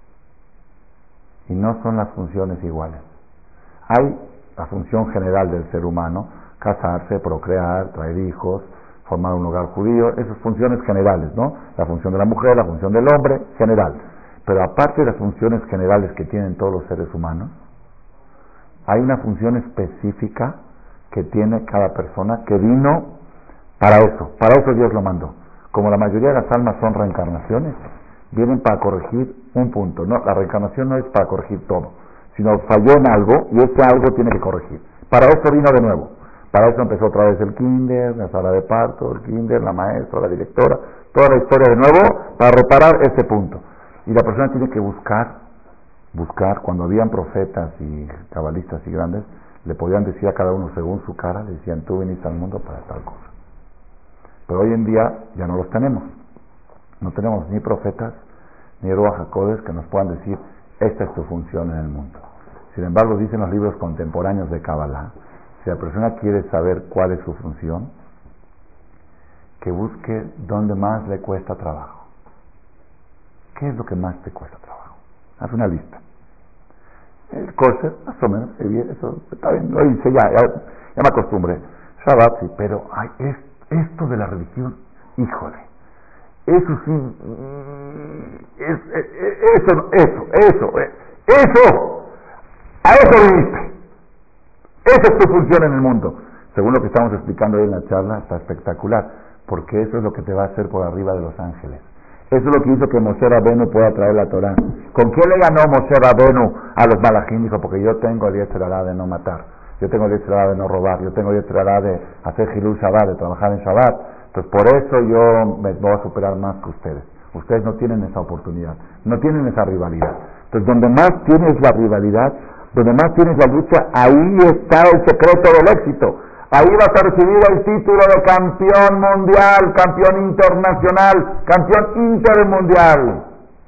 Y no son las funciones iguales. Hay la función general del ser humano, casarse, procrear, traer hijos, formar un hogar judío, esas funciones generales, ¿no? La función de la mujer, la función del hombre, general. Pero aparte de las funciones generales que tienen todos los seres humanos, hay una función específica que tiene cada persona que vino para eso, para eso Dios lo mandó. Como la mayoría de las almas son reencarnaciones, vienen para corregir un punto. No, la reencarnación no es para corregir todo, sino falló en algo y ese algo tiene que corregir. Para eso vino de nuevo. Para eso empezó otra vez el kinder, la sala de parto, el kinder, la maestra, la directora, toda la historia de nuevo para reparar ese punto. Y la persona tiene que buscar, buscar, cuando habían profetas y cabalistas y grandes, le podían decir a cada uno según su cara, le decían, tú viniste al mundo para tal cosa. Pero hoy en día ya no los tenemos. No tenemos ni profetas, ni Ruach HaKodesh que nos puedan decir, esta es tu función en el mundo. Sin embargo, dicen los libros contemporáneos de Kabbalah, si la persona quiere saber cuál es su función, que busque dónde más le cuesta trabajo. ¿Qué es lo que más te cuesta trabajo? Haz una lista. El kosher, más o menos, eso está bien, lo hice ya, ya, ya me acostumbré. Shabbat, sí, pero ay, es, esto de la religión, híjole, eso sí, es, es, eso, eso, eso, eso, a eso viniste. Esa es tu función en el mundo. Según lo que estamos explicando hoy en la charla, está espectacular, porque eso es lo que te va a hacer por arriba de los ángeles. Eso es lo que hizo que Moshe Rabenu pueda traer la Torah. ¿Con quién le ganó Moshe Rabenu a los malajim? Dijo, porque yo tengo el Yetzer Hará de no matar, yo tengo el Yetzer Hará de no robar, yo tengo el Yetzer Hará de hacer Hilul Shabbat, de trabajar en Shabbat. Entonces por eso yo me voy a superar más que ustedes. Ustedes no tienen esa oportunidad, no tienen esa rivalidad. Entonces donde más tienes la rivalidad, donde más tienes la lucha, ahí está el secreto del éxito. Ahí vas a recibir el título de campeón mundial, campeón internacional, campeón intermundial.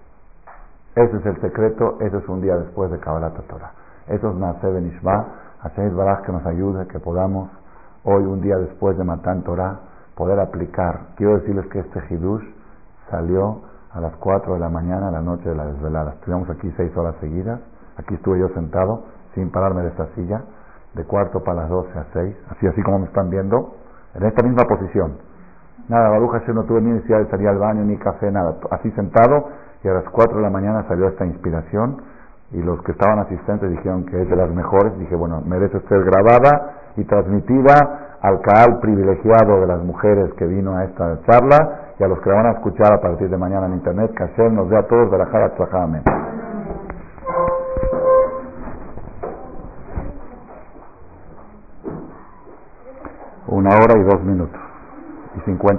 Ese es el secreto, eso es un día después de Kabbalat Torah. Eso es Naaseh Benishma, Hashem Baraj que nos ayude, que podamos hoy, un día después de Matan Torah, poder aplicar. Quiero decirles que este Hidush salió a las cuatro de la mañana, a la noche de la desvelada. Estuvimos aquí seis horas seguidas, aquí estuve yo sentado, sin pararme de esta silla, de cuarto para las doce a seis, así así como me están viendo, en esta misma posición. Nada, Baruch Hashem, no tuve ni necesidad de salir al baño, ni café, nada, así sentado, y a las cuatro de la mañana salió esta inspiración, y los que estaban asistentes dijeron que es de las mejores. Dije, bueno, merece ser grabada y transmitida al canal privilegiado de las mujeres que vino a esta charla, y a los que la van a escuchar a partir de mañana en internet, que Hashem nos dé a todos verajá atzlajá, amén. Una hora y dos minutos y cincuenta